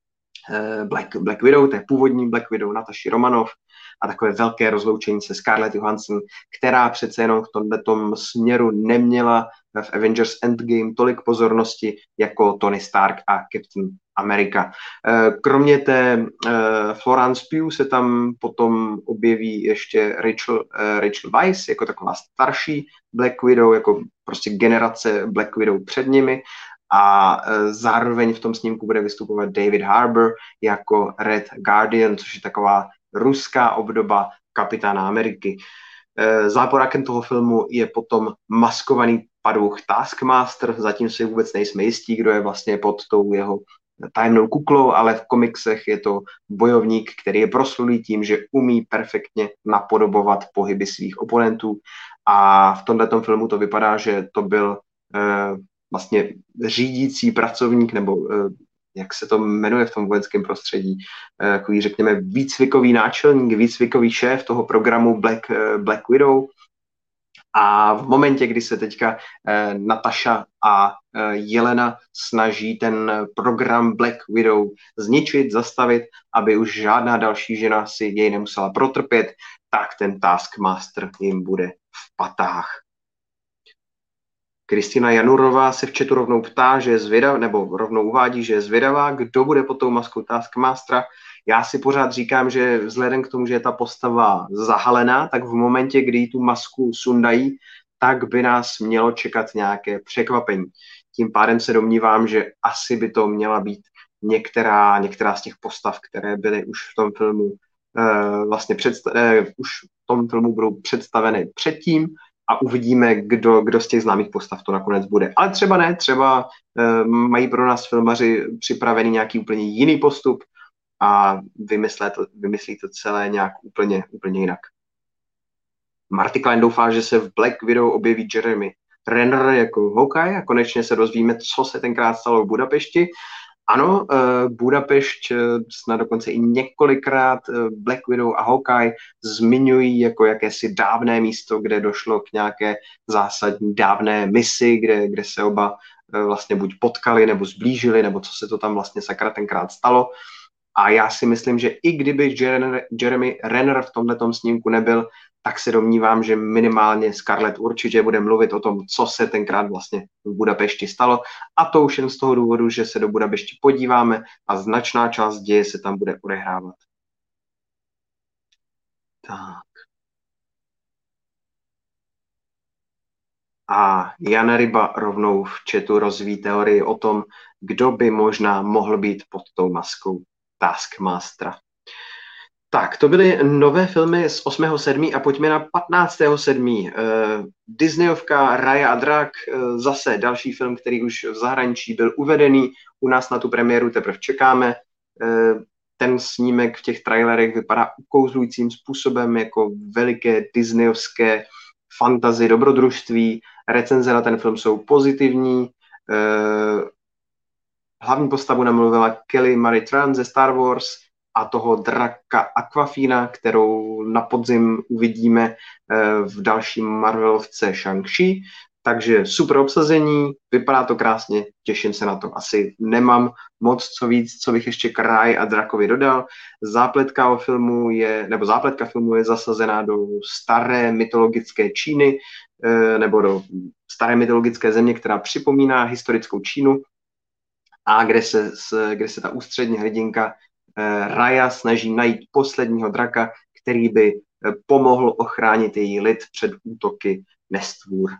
Black, Black Widow, té původní Black Widow Nataši Romanoff a takové velké rozloučení se Scarlett Johansson, která přece jenom v tomto směru neměla v Avengers Endgame tolik pozornosti jako Tony Stark a Captain America. Kromě té Florence Pugh se tam potom objeví ještě Rachel, Rachel Weisz jako taková starší Black Widow, jako prostě generace Black Widow před nimi, a zároveň v tom snímku bude vystupovat David Harbour jako Red Guardian, což je taková ruská obdoba Kapitána Ameriky. Záporákem toho filmu je potom maskovaný padouch Taskmaster, zatím si vůbec nejsme jistí, kdo je vlastně pod tou jeho tajemnou kuklou, ale v komiksech je to bojovník, který je proslulý tím, že umí perfektně napodobovat pohyby svých oponentů a v tomto filmu to vypadá, že to byl vlastně řídící pracovník, nebo jak se to jmenuje v tom vojenském prostředí, takový, řekněme, výcvikový náčelník, výcvikový šéf toho programu Black, Black Widow. A v momentě, kdy se teďka Natasha a Jelena snaží ten program Black Widow zničit, zastavit, aby už žádná další žena si jej nemusela protrpět, tak ten Taskmaster jim bude v patách. Kristina Janurová se v chatu rovnou ptá, že je zvědavá, nebo rovnou uvádí, že je zvědavá, kdo bude pod tou maskou Taskmastera. Já si pořád říkám, že vzhledem k tomu, že je ta postava zahalená, tak v momentě, kdy tu masku sundají, tak by nás mělo čekat nějaké překvapení. Tím pádem se domnívám, že asi by to měla být některá, některá z těch postav, které byly už v tom filmu eh, vlastně představ, eh, už v tom filmu budou představeny předtím, a uvidíme, kdo, kdo z těch známých postav to nakonec bude. Ale třeba ne, třeba e, mají pro nás filmaři připravený nějaký úplně jiný postup a vymyslí to, vymyslí to celé nějak úplně, úplně jinak. Marty Klein doufá, že se v Black Widow objeví Jeremy Renner jako Hawkeye a konečně se dozvíme, co se tenkrát stalo v Budapešti. Ano, Budapešť snad dokonce i několikrát Black Widow a Hawkeye zmiňují jako jakési dávné místo, kde došlo k nějaké zásadní dávné misi, kde, kde se oba vlastně buď potkali, nebo zblížili, nebo co se to tam vlastně sakra tenkrát stalo. A já si myslím, že i kdyby Jeremy Renner v tomhletom snímku nebyl, tak se domnívám, že minimálně Scarlett určitě bude mluvit o tom, co se tenkrát vlastně v Budapešti stalo. A to už jen z toho důvodu, že se do Budapešti podíváme a značná část děje se tam bude odehrávat. Tak. A Jan Ryba rovnou v chatu rozvíjí teorii o tom, kdo by možná mohl být pod tou maskou Taskmastera. Tak, to byly nové filmy z osmého sedmého a pojďme na patnáctého sedmého Uh, Disneyovka Raya a drak, uh, zase další film, který už v zahraničí byl uvedený, u nás na tu premiéru teprve čekáme. Uh, ten snímek v těch trailerech vypadá ukouzlujícím způsobem jako veliké disneyovské fantasy dobrodružství. Recenze na ten film jsou pozitivní. Uh, hlavní postavu namluvila Kelly Marie Tran ze Star Wars a toho draka Aquafina, kterou na podzim uvidíme v dalším Marvelovce Shang-Chi. Takže super obsazení, vypadá to krásně, těším se na to. Asi nemám moc co víc, co bych ještě k Ráji a drakovi dodal. Zápletka o filmu je, nebo zápletka filmu je zasazená do staré mytologické Číny, nebo do staré mytologické země, která připomíná historickou Čínu, a kde se, kde se ta ústřední hrdinka Raya snaží najít posledního draka, který by pomohl ochránit její lid před útoky nestvůr.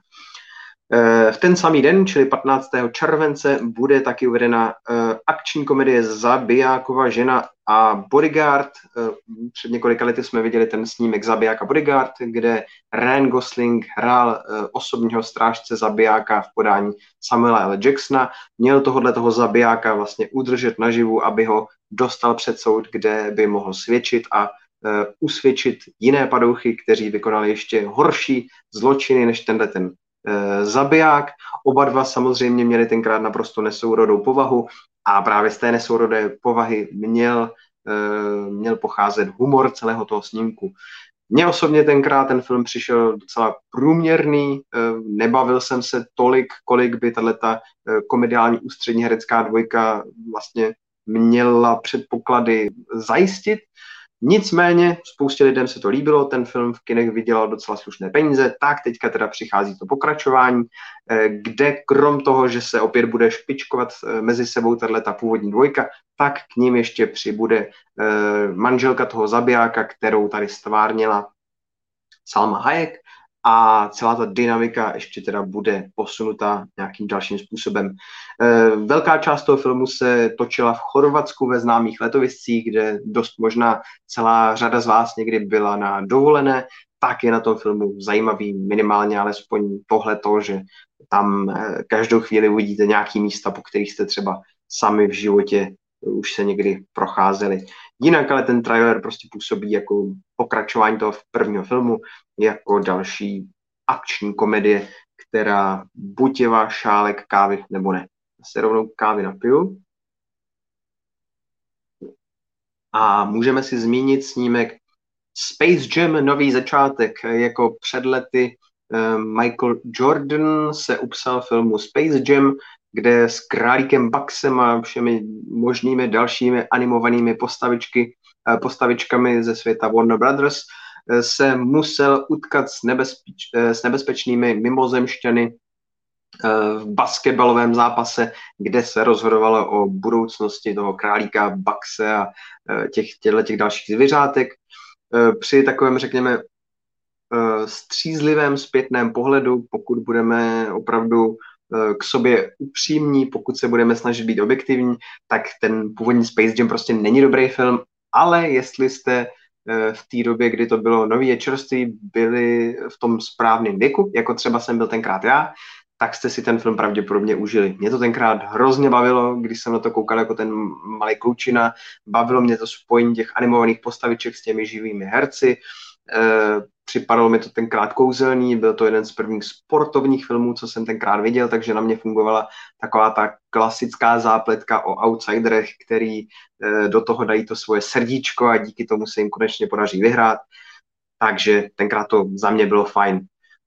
V ten samý den, čili patnáctého července, bude taky uvedena akční komedie Zabijákova žena a Bodyguard. Před několika lety jsme viděli ten snímek Zabiják a Bodyguard, kde Ryan Gosling hrál osobního strážce zabijáka v podání Samuela L. Jacksona. Měl tohohle toho zabijáka vlastně udržet naživu, aby ho dostal před soud, kde by mohl svědčit a uh, usvědčit jiné padouchy, kteří vykonali ještě horší zločiny než tenhle ten uh, zabiják. Oba dva samozřejmě měli tenkrát naprosto nesourodou povahu a právě z té nesourodé povahy měl, uh, měl pocházet humor celého toho snímku. Mně osobně tenkrát ten film přišel docela průměrný, uh, nebavil jsem se tolik, kolik by tato uh, komediální ústřední herecká dvojka vlastně měla předpoklady zajistit. Nicméně spoustě lidem se to líbilo, ten film v kinech vydělal docela slušné peníze, tak teďka teda přichází to pokračování, kde krom toho, že se opět bude špičkovat mezi sebou tato původní dvojka, tak k ním ještě přibude manželka toho zabijáka, kterou tady stvárnila Salma Hayek, a celá ta dynamika ještě teda bude posunuta nějakým dalším způsobem. Velká část toho filmu se točila v Chorvatsku ve známých letoviscích, kde dost možná celá řada z vás někdy byla na dovolené, tak je na tom filmu zajímavý minimálně alespoň tohleto, že tam každou chvíli uvidíte nějaký místa, po kterých jste třeba sami v životě už se někdy procházeli. Jinak ale ten trailer prostě působí jako pokračování toho prvního filmu, jako další akční komedie, která buď je váš šálek kávy, nebo ne. Já se rovnou kávy napiju. A můžeme si zmínit snímek Space Jam, nový začátek. Jako před lety Michael Jordan se upsal filmu Space Jam, kde s králíkem Bucksem a všemi možnými dalšími animovanými postavičky, postavičkami ze světa Warner Brothers se musel utkat s, nebezpeč, s nebezpečnými mimozemšťany v basketbalovém zápase, kde se rozhodovalo o budoucnosti toho králíka Buckse a těch, těchto těch dalších zvířátek. Při takovém, řekněme, střízlivém zpětném pohledu, pokud budeme opravdu k sobě upřímní, pokud se budeme snažit být objektivní, tak ten původní Space Jam prostě není dobrý film, ale jestli jste v té době, kdy to bylo nový a čerstvý, byli v tom správném věku, jako třeba jsem byl tenkrát já, tak jste si ten film pravděpodobně užili. Mě to tenkrát hrozně bavilo, když jsem na to koukal jako ten malý klučina, bavilo mě to spojení těch animovaných postaviček s těmi živými herci, e, připadalo mi to tenkrát kouzelný, byl to jeden z prvních sportovních filmů, co jsem tenkrát viděl, takže na mě fungovala taková ta klasická zápletka o outsiderech, který e, do toho dají to svoje srdíčko a díky tomu se jim konečně podaří vyhrát. Takže tenkrát to za mě bylo fajn.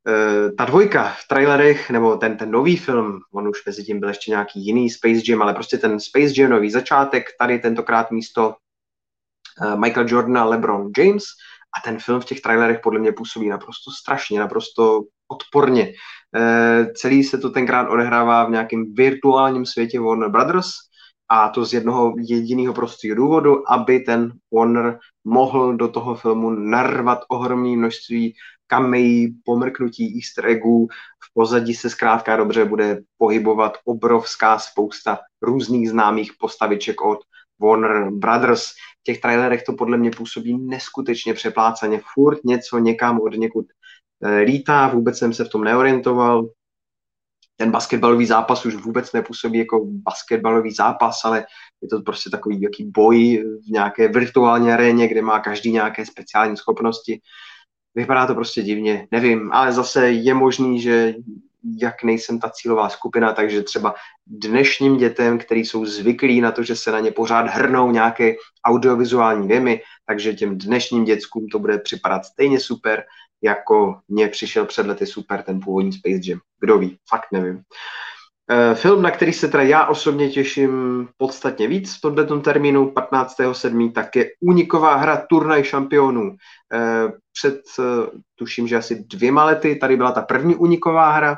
Uh, ta dvojka v trailerech, nebo ten, ten nový film, on už mezi tím byl ještě nějaký jiný Space Jam, ale prostě ten Space Jam nový začátek, tady tentokrát místo uh, Michael Jordana LeBron James, a ten film v těch trailerech podle mě působí naprosto strašně, naprosto odporně. Uh, celý se to tenkrát odehrává v nějakém virtuálním světě Warner Brothers, a to z jednoho jediného prostého důvodu, aby ten Warner mohl do toho filmu narvat ohromné množství kamejí, pomrknutí easter eggů. V pozadí se zkrátka dobře bude pohybovat obrovská spousta různých známých postaviček od Warner Brothers. V těch trailerech to podle mě působí neskutečně přeplácaně. Furt něco někam od někud lítá, vůbec jsem se v tom neorientoval. Ten basketbalový zápas už vůbec nepůsobí jako basketbalový zápas, ale je to prostě takový jaký boj v nějaké virtuální aréně, kde má každý nějaké speciální schopnosti. Vypadá to prostě divně, nevím, ale zase je možný, že jak nejsem ta cílová skupina, takže třeba dnešním dětem, který jsou zvyklí na to, že se na ně pořád hrnou nějaké audiovizuální věmy, takže těm dnešním dětskům to bude připadat stejně super, jako mně přišel před lety super ten původní Space Jam. Kdo ví, fakt nevím. Uh, film, na který se teda já osobně těším podstatně víc v tomto termínu patnáctého sedmého tak je úniková hra Turnaj šampionů. Uh, před, uh, tuším, že asi dvěma lety tady byla ta první úniková hra.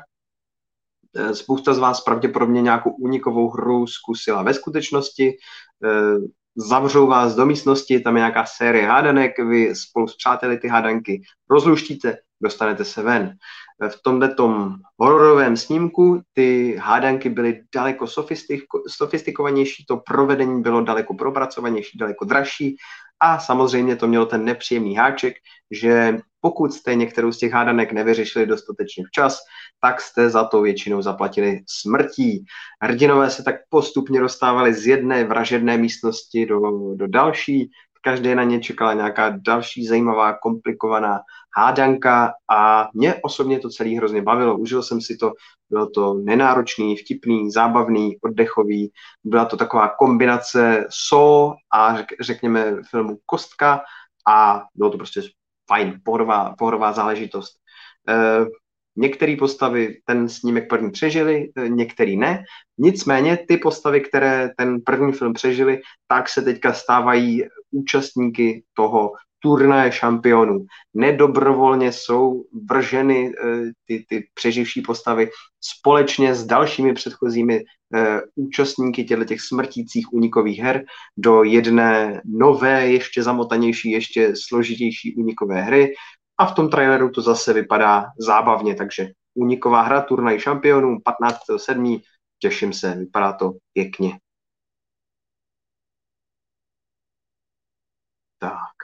Uh, spousta z vás pravděpodobně nějakou únikovou hru zkusila ve skutečnosti. Uh, zavřou vás do místnosti, tam je nějaká série hádanek, vy spolu s přáteli ty hádanky rozluštíte, dostanete se ven. V tomhletom hororovém snímku ty hádanky byly daleko sofistiko- sofistikovanější, to provedení bylo daleko propracovanější, daleko dražší a samozřejmě to mělo ten nepříjemný háček, že pokud jste některou z těch hádanek nevyřešili dostatečně včas, tak jste za to většinou zaplatili smrtí. Hrdinové se tak postupně dostávali z jedné vražedné místnosti do, do další, každé na ně čekala nějaká další zajímavá, komplikovaná hádanka a mě osobně to celý hrozně bavilo. Užil jsem si to, bylo to nenáročný, vtipný, zábavný, oddechový. Byla to taková kombinace Saw a řekněme filmu Kostka a bylo to prostě fajn, pohodová, pohodová záležitost. E, Některé postavy ten snímek první přežili, některý ne. Nicméně ty postavy, které ten první film přežili, tak se teďka stávají účastníky toho turnaje šampionů. Nedobrovolně jsou vrženy ty, ty přeživší postavy společně s dalšími předchozími eh, účastníky těch smrtících únikových her do jedné nové, ještě zamotanější, ještě složitější únikové hry. A v tom traileru to zase vypadá zábavně, takže úniková hra turnaj šampionů patnáctého sedmého těším se, vypadá to pěkně. Tak.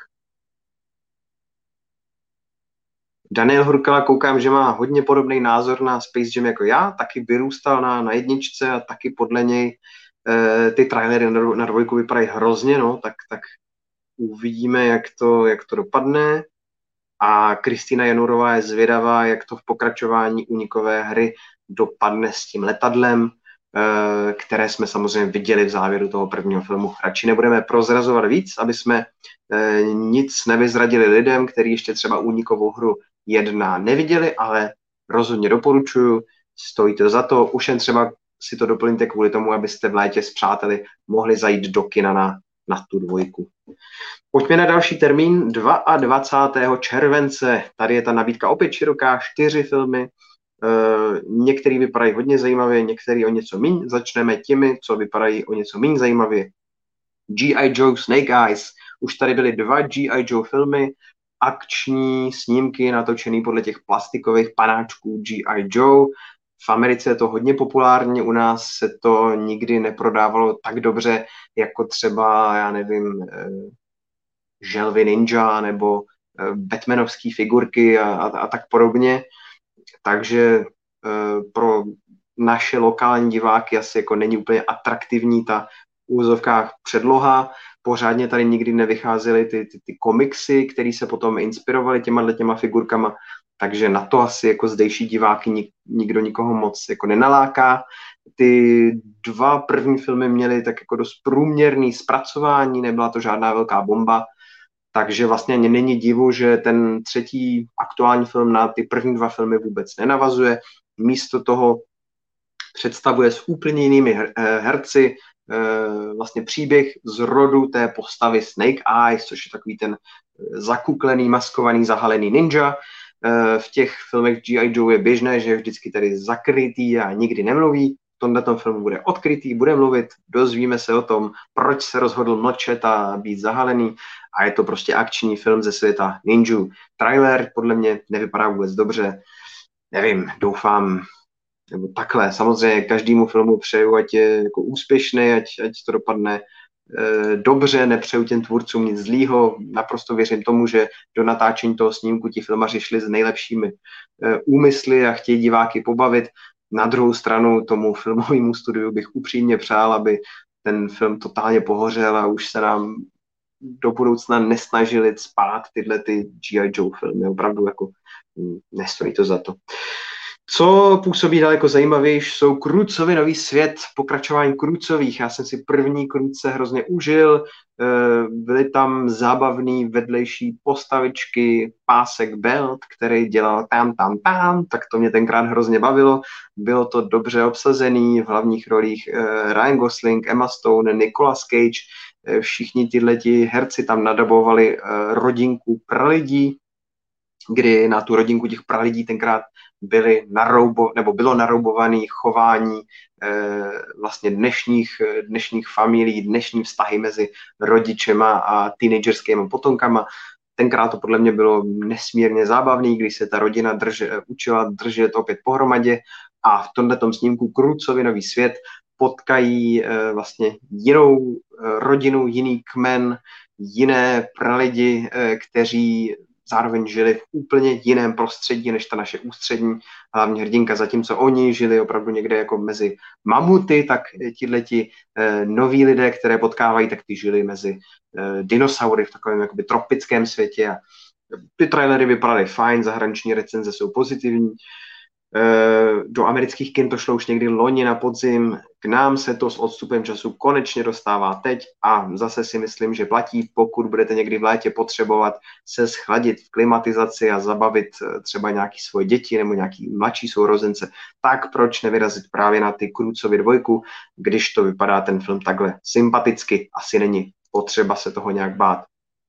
Daniel Hurkala koukám, že má hodně podobný názor na Space Jam jako já, taky vyrůstal na, na jedničce a taky podle něj e, ty trailery na, na dvojku vypadají hrozně, no, tak, tak uvidíme, jak to, jak to dopadne. A Kristýna Janurová je zvědavá, jak to v pokračování únikové hry dopadne s tím letadlem, které jsme samozřejmě viděli v závěru toho prvního filmu. Radši nebudeme prozrazovat víc, aby jsme nic nevyzradili lidem, kteří ještě třeba únikovou hru jedna neviděli, ale rozhodně doporučuju, stojí to za to. Už jen třeba si to doplňte kvůli tomu, abyste v létě s přáteli mohli zajít do kina na, na tu dvojku. Pojďme na další termín, dvacátého druhého července. Tady je ta nabídka opět široká, čtyři filmy. Uh, některý vypadají hodně zajímavě, některý o něco míň. Začneme těmi, co vypadají o něco míň zajímavě. G I. Joe Snake Eyes. Už tady byly dva G I. Joe filmy, akční snímky natočený podle těch plastikových panáčků G I. Joe. V Americe je to hodně populární, u nás se to nikdy neprodávalo tak dobře, jako třeba, já nevím, Želvy Ninja nebo Batmanovské figurky a, a, a tak podobně. Takže pro naše lokální diváky asi jako není úplně atraktivní ta v úzovkách předloha. Pořádně tady nikdy nevycházely ty, ty, ty komiksy, které se potom inspirovaly těma těma figurkama, takže na to asi jako zdejší diváky nik, nikdo nikoho moc jako nenaláká. Ty dva první filmy měly tak jako dost průměrný zpracování, nebyla to žádná velká bomba. takže vlastně ani není divu, že ten třetí aktuální film na ty první dva filmy vůbec nenavazuje. Místo toho představuje s úplně jinými her- herci vlastně příběh z rodu té postavy Snake Eyes, což je takový ten zakuklený, maskovaný, zahalený ninja. V těch filmech G I. Joe je běžné, že je vždycky tady zakrytý a nikdy nemluví. V tomto filmu bude odkrytý, bude mluvit, dozvíme se o tom, proč se rozhodl mlčet a být zahalený, a je to prostě akční film ze světa ninjů. Trailer podle mě nevypadá vůbec dobře, nevím, doufám, nebo takhle, samozřejmě každému filmu přeju, ať je jako úspěšný, ať, ať to dopadne e, dobře, nepřeju těm tvůrcům nic zlýho, naprosto věřím tomu, že do natáčení toho snímku ti filmaři šli s nejlepšími e, úmysly a chtějí diváky pobavit. Na druhou stranu tomu filmovému studiu bych upřímně přál, aby ten film totálně pohořel a už se nám do budoucna nesnažili spát tyhle ty G I. Joe filmy. Opravdu jako nestojí to za to. Co působí daleko zajímavější, jsou Crusovi Nový svět, pokračování Cruisových. Já jsem si první Cruise hrozně užil, byly tam zábavný vedlejší postavičky, pásek Belt, který dělal tam, tam, tam, tak to mě tenkrát hrozně bavilo. Bylo to dobře obsazený, v hlavních rolích Ryan Gosling, Emma Stone, Nicolas Cage, všichni tyhleti herci tam nadabovali rodinku pralidí, kdy na tu rodinku těch pralidí tenkrát byly naroubo, nebo bylo naroubované chování eh, vlastně dnešních, dnešních familií, dnešní vztahy mezi rodičema a teenagerskými potomkama. Tenkrát to podle mě bylo nesmírně zábavný, když se ta rodina drže, učila držet opět pohromadě, a v tomhletom snímku Crusovi Nový svět potkají eh, vlastně jinou eh, rodinu, jiný kmen, jiné pralidi, eh, kteří zároveň žili v úplně jiném prostředí než ta naše ústřední hlavní hrdinka. Zatímco oni žili opravdu někde jako mezi mamuty, tak tihleti eh, noví lidé, které potkávají, tak ty žili mezi eh, dinosaury v takovém jakoby tropickém světě. A ty trailery vypadaly fajn, zahraniční recenze jsou pozitivní. Do amerických kin to šlo už někdy loni na podzim, k nám se to s odstupem času konečně dostává teď a zase si myslím, že platí, pokud budete někdy v létě potřebovat se schladit v klimatizaci a zabavit třeba nějaký svoje děti nebo nějaký mladší sourozence, tak proč nevyrazit právě na ty Cruisovy dvojku, když to vypadá ten film takhle sympaticky, asi není potřeba se toho nějak bát.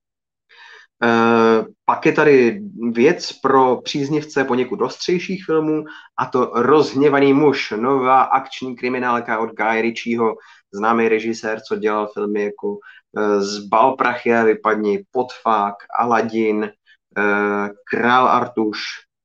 Uh, pak je tady věc pro příznivce poněkud ostřejších filmů, a to Rozhněvaný muž, nová akční kriminálka od Guy Ritchieho, známý režisér, co dělal filmy jako uh, Zbal prachy a vypadni, Podfák, Aladin, uh, Král Artuš,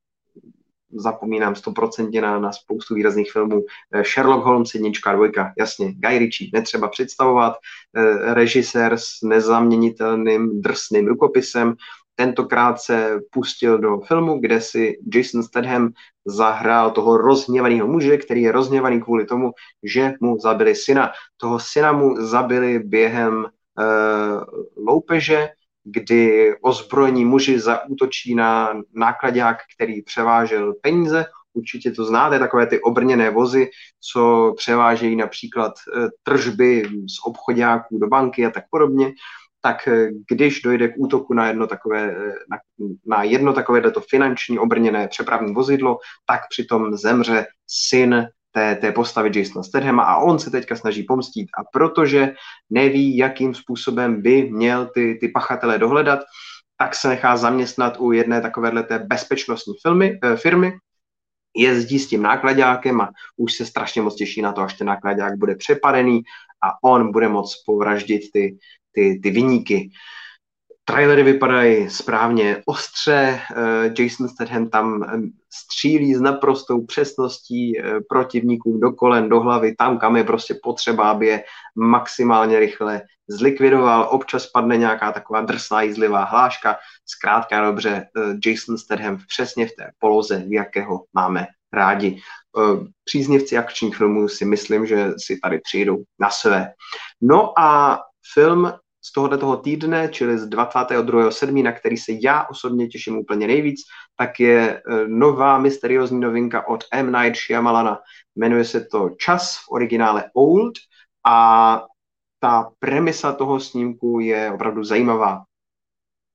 zapomínám stoprocentně na, na spoustu výrazných filmů, Sherlock Holmes, jednička, dvojka, jasně, Guy Ritchie, netřeba představovat, režisér s nezaměnitelným drsným rukopisem, tentokrát se pustil do filmu, kde si Jason Statham zahrál toho rozhněvaného muže, který je rozhněvaný kvůli tomu, že mu zabili syna. Toho syna mu zabili během uh, loupeže, kdy ozbrojení muži zaútočí na náklaďák, který převážel peníze. Určitě to znáte, takové ty obrněné vozy, co převážejí například tržby z obchodáků do banky a tak podobně. Tak když dojde k útoku na jedno takové, na, na jedno takovéto finanční obrněné přepravní vozidlo, tak přitom zemře syn té, té postavy Jasona Stathama a on se teďka snaží pomstít. A protože neví, jakým způsobem by měl ty, ty pachatele dohledat, tak se nechá zaměstnat u jedné takovéhle té bezpečnostní filmy, eh, firmy, jezdí s tím náklaďákem a už se strašně moc těší na to, až ten náklaďák bude přepadený a on bude moct povraždit ty, ty, ty viníky. Trailery vypadají správně ostře, Jason Statham tam střílí s naprostou přesností protivníkům do kolen, do hlavy, tam, kam je prostě potřeba, aby je maximálně rychle zlikvidoval. Občas padne nějaká taková drsná jízlivá hláška. Zkrátka dobře, Jason Statham přesně v té poloze, jakého máme rádi. Příznivci akčních filmů si myslím, že si tady přijdou na své. No a film z tohoto týdne, čili z dvacátého druhého sedmého na který se já osobně těším úplně nejvíc, tak je nová mysteriózní novinka od M. Night Shyamalana. Jmenuje se to Čas, v originále Old, a ta premisa toho snímku je opravdu zajímavá.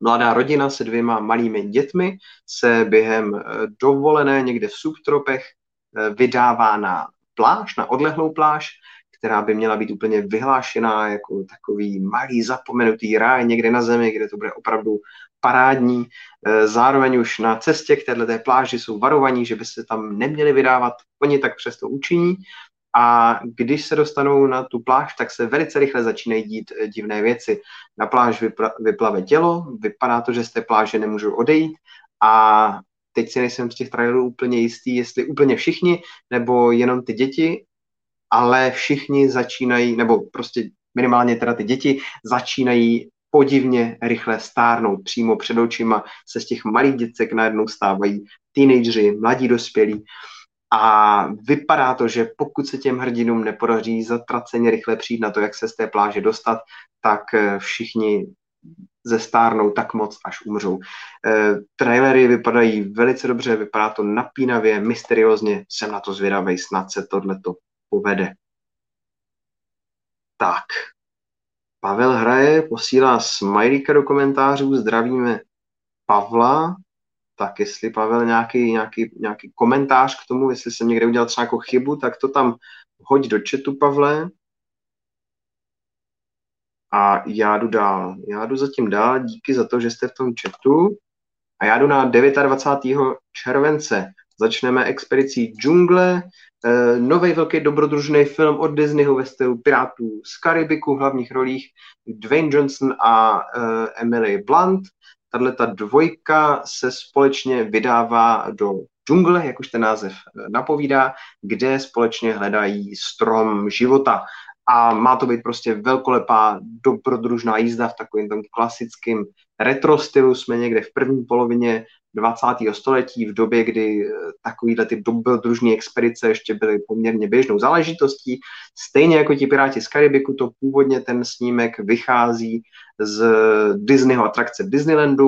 Mladá rodina se dvěma malými dětmi se během dovolené někde v subtropech vydává na pláž, na odlehlou pláž, která by měla být úplně vyhlášená jako takový malý zapomenutý ráj někde na zemi, kde to bude opravdu parádní. Zároveň už na cestě k této pláži jsou varovaní, že by se tam neměli vydávat, oni tak přesto učiní. A když se dostanou na tu pláž, tak se velice rychle začínají dít divné věci. Na pláž vypla, vyplave tělo, vypadá to, že z té pláže nemůžou odejít a teď si nejsem z těch trailerů úplně jistý, jestli úplně všichni, nebo jenom ty děti, ale všichni začínají, nebo prostě minimálně teda ty děti, začínají podivně rychle stárnout. Přímo před očima se z těch malých děcek najednou stávají teenageři, mladí dospělí. A vypadá to, že pokud se těm hrdinům nepodaří zatraceně rychle přijít na to, jak se z té pláže dostat, tak všichni zestárnou tak moc, až umřou. E, trailery vypadají velice dobře, vypadá to napínavě, mysteriózně, jsem na to zvědavej, snad se tohleto povede. Tak, Pavel hraje, posílá smajlíka do komentářů, zdravíme Pavla. Tak jestli Pavel nějaký, nějaký, nějaký komentář k tomu, jestli jsem někde udělal třeba jako chybu, tak to tam hoď do chatu, Pavle. A já jdu dál. Já jdu zatím dál, díky za to, že jste v tom chatu. A já jdu na dvacátého devátého července. Začneme expedicí Džungle, e, nový velký dobrodružný film od Disneyho ve stylu Pirátů z Karibiku v hlavních rolích Dwayne Johnson a e, Emily Blunt. Tato dvojka se společně vydává do džungle, jak už ten název napovídá, kde společně hledají strom života. A má to být prostě velkolepá, dobrodružná jízda v takovém tom klasickém retro stylu. Jsme někde v první polovině dvacátého století, v době, kdy takovýhle ty dobrodružné expedice ještě byly poměrně běžnou záležitostí. Stejně jako ti Piráti z Karibiku, to původně ten snímek vychází z Disneyho atrakce Disneylandu.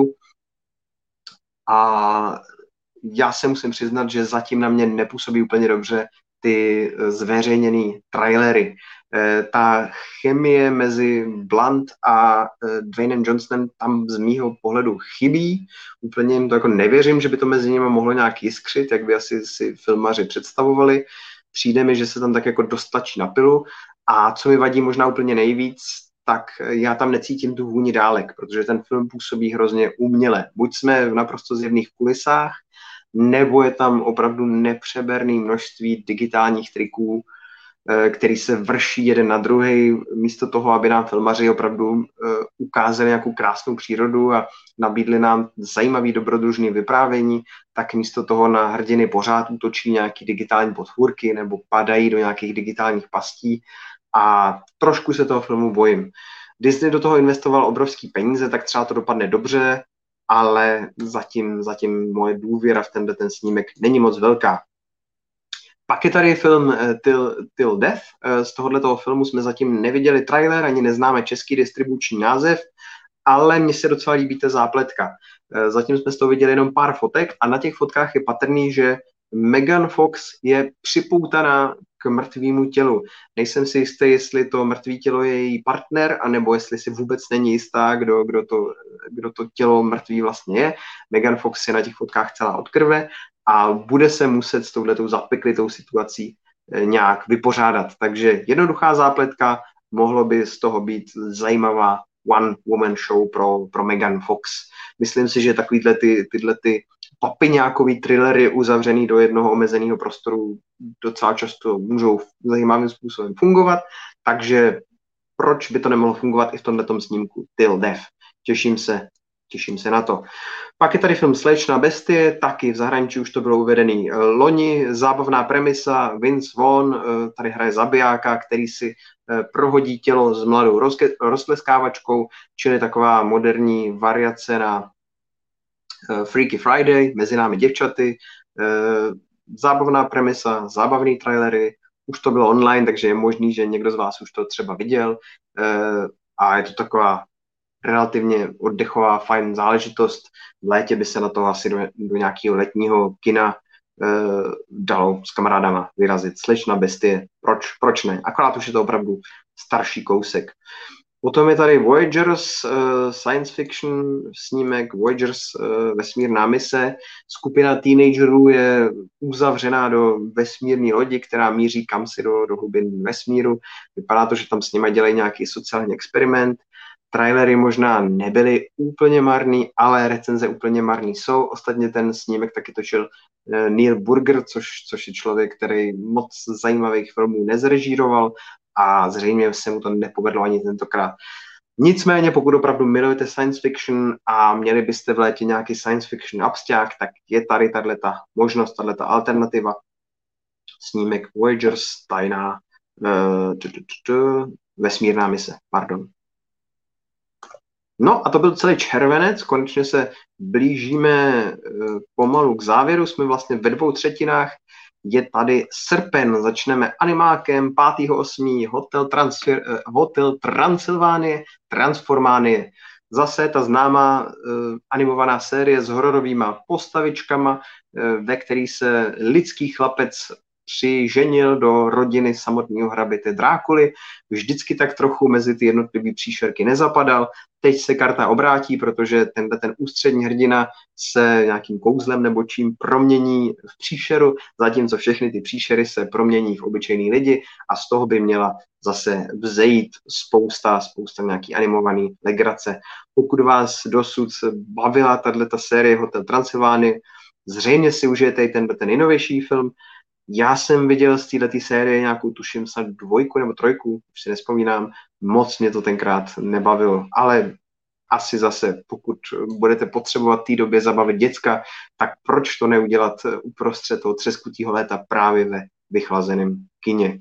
A já se musím přiznat, že zatím na mě nepůsobí úplně dobře ty zveřejněné trailery. Ta chemie mezi Blunt a Dwaynem Johnsonem tam z mýho pohledu chybí. Úplně jim to jako nevěřím, že by to mezi nimi mohlo nějak jiskřit, jak by asi si filmaři představovali. Přijde mi, že se tam tak jako dostačí na pilu. A co mi vadí možná úplně nejvíc, tak já tam necítím tu vůni dálek, protože ten film působí hrozně uměle. Buď jsme v naprosto zjevných kulisách, nebo je tam opravdu nepřeberné množství digitálních triků, který se vrší jeden na druhý, místo toho, aby nám filmaři opravdu ukázali nějakou krásnou přírodu a nabídli nám zajímavý dobrodružný vyprávění, tak místo toho na hrdiny pořád útočí nějaký digitální potvůrky nebo padají do nějakých digitálních pastí a trošku se toho filmu bojím. Disney do toho investoval obrovský peníze, tak třeba to dopadne dobře, ale zatím, zatím moje důvěra v tenhle ten snímek není moc velká. Pak je tady film Till, Till Death. Z tohoto filmu jsme zatím neviděli trailer, ani neznáme český distribuční název, ale mně se docela líbí ta zápletka. Zatím jsme z toho viděli jenom pár fotek a na těch fotkách je patrný, že Megan Fox je připoutaná k mrtvému tělu. Nejsem si jistý, jestli to mrtvé tělo je její partner, anebo jestli si vůbec není jistá, kdo, kdo, to, kdo to tělo mrtvý vlastně je. Megan Fox je na těch fotkách celá od krve a bude se muset s touhletou zapeklitou situací nějak vypořádat. Takže jednoduchá zápletka, mohlo by z toho být zajímavá one-woman show pro, pro Megan Fox. Myslím si, že takovýhle ty, tyhle ty papiňákový thrillery uzavřený do jednoho omezeného prostoru docela často můžou zajímavým způsobem fungovat, takže proč by to nemohlo fungovat i v tomhletom snímku Till Death. Těším se, těším se na to. Pak je tady film Slečna bestie, taky v zahraničí už to bylo uvedený loni, zábavná premisa, Vince Vaughn tady hraje zabijáka, který si prohodí tělo s mladou roztleskávačkou, čili taková moderní variace na Freaky Friday, mezi námi děvčaty, zábavná premisa, zábavný trailery, už to bylo online, takže je možný, že někdo z vás už to třeba viděl a je to taková relativně oddechová, fajn záležitost. V létě by se na to asi do, do nějakého letního kina uh, dalo s kamarádama vyrazit. Slečna bestie, proč, proč ne? Akorát už je to opravdu starší kousek. Potom je tady Voyagers, uh, science fiction snímek, Voyagers, uh, vesmírná mise. Skupina teenagerů je uzavřená do vesmírné lodi, která míří kamsi do, do hlubin vesmíru. Vypadá to, že tam s nimi dělají nějaký sociální experiment. Trailery možná nebyly úplně marný, ale recenze úplně marný jsou. Ostatně ten snímek taky točil uh, Neil Burger, což, což je člověk, který moc zajímavých filmů nezrežíroval a zřejmě se mu to nepovedlo ani tentokrát. Nicméně, pokud opravdu milujete science fiction a měli byste v létě nějaký science fiction absťák, tak je tady tato možnost, tato alternativa. Snímek Voyagers, tajná uh, vesmírná mise, pardon. No a to byl celý červenec, konečně se blížíme uh, pomalu k závěru, jsme vlastně ve dvou třetinách. Je tady srpen, začneme animákem pátého osmého Hotel, Transfer, Hotel Transylvánie, Transformánie. Zase ta známá uh, animovaná série s hororovýma postavičkama, uh, ve který se lidský chlapec přiženil do rodiny samotného hraběte Drákuly. Vždycky tak trochu mezi ty jednotlivé příšerky nezapadal. Teď se karta obrátí, protože tenhle ten ústřední hrdina se nějakým kouzlem nebo čím promění v příšeru, zatímco všechny ty příšery se promění v obyčejný lidi a z toho by měla zase vzejít spousta, spousta nějaký animovaný legrace. Pokud vás dosud bavila tato série Hotel Transylvánie, zřejmě si užijete i ten, ten nejnovější film. Já jsem viděl z této série nějakou, tuším, snad dvojku nebo trojku, už si nespomínám, moc mě to tenkrát nebavilo, ale asi zase, pokud budete potřebovat té době zabavit děcka, tak proč to neudělat uprostřed toho třeskutého léta právě ve vychlazeném kině.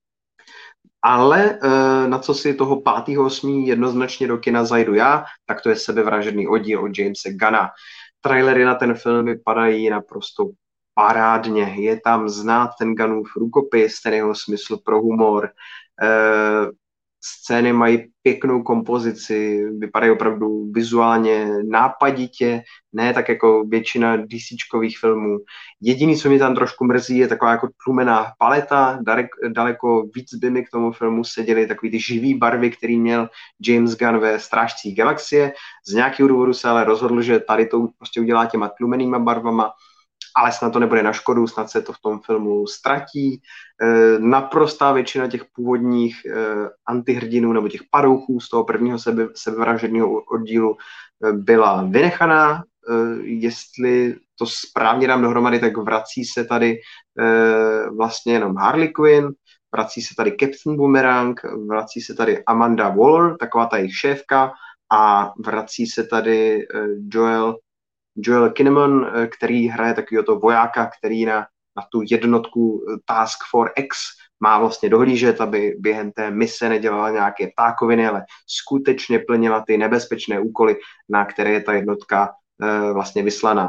Ale na co si toho pátého osmého jednoznačně do kina zajdu já, tak to je Sebevražedný oddíl od Jamese Gunna. Trailery na ten film vypadají naprosto parádně. Je tam znát ten Gunnův rukopis, ten jeho smysl pro humor. E, scény mají pěknou kompozici, vypadají opravdu vizuálně nápaditě, ne tak jako většina DCčkových filmů. Jediný, co mě tam trošku mrzí, je taková jako tlumená paleta. Daleko, daleko víc by mi k tomu filmu seděly takový ty živý barvy, který měl James Gunn ve Strážcích galaxie. Z nějakého důvodu se ale rozhodl, že tady to prostě udělá těma tlumenýma barvama, ale snad to nebude na škodu, snad se to v tom filmu ztratí. E, naprostá většina těch původních e, antihrdinů nebo těch padouchů z toho prvního sebe, sebevražedného oddílu e, byla vynechaná. E, jestli to správně dám dohromady, tak vrací se tady e, vlastně jenom Harley Quinn, vrací se tady Captain Boomerang, vrací se tady Amanda Waller, taková ta jejich šéfka, a vrací se tady e, Joel Joel Kinnaman, který hraje takového to vojáka, který na, na tu jednotku Task Force X má vlastně dohlížet, aby během té mise nedělala nějaké ptákoviny, ale skutečně plnila ty nebezpečné úkoly, na které je ta jednotka e, vlastně vyslaná.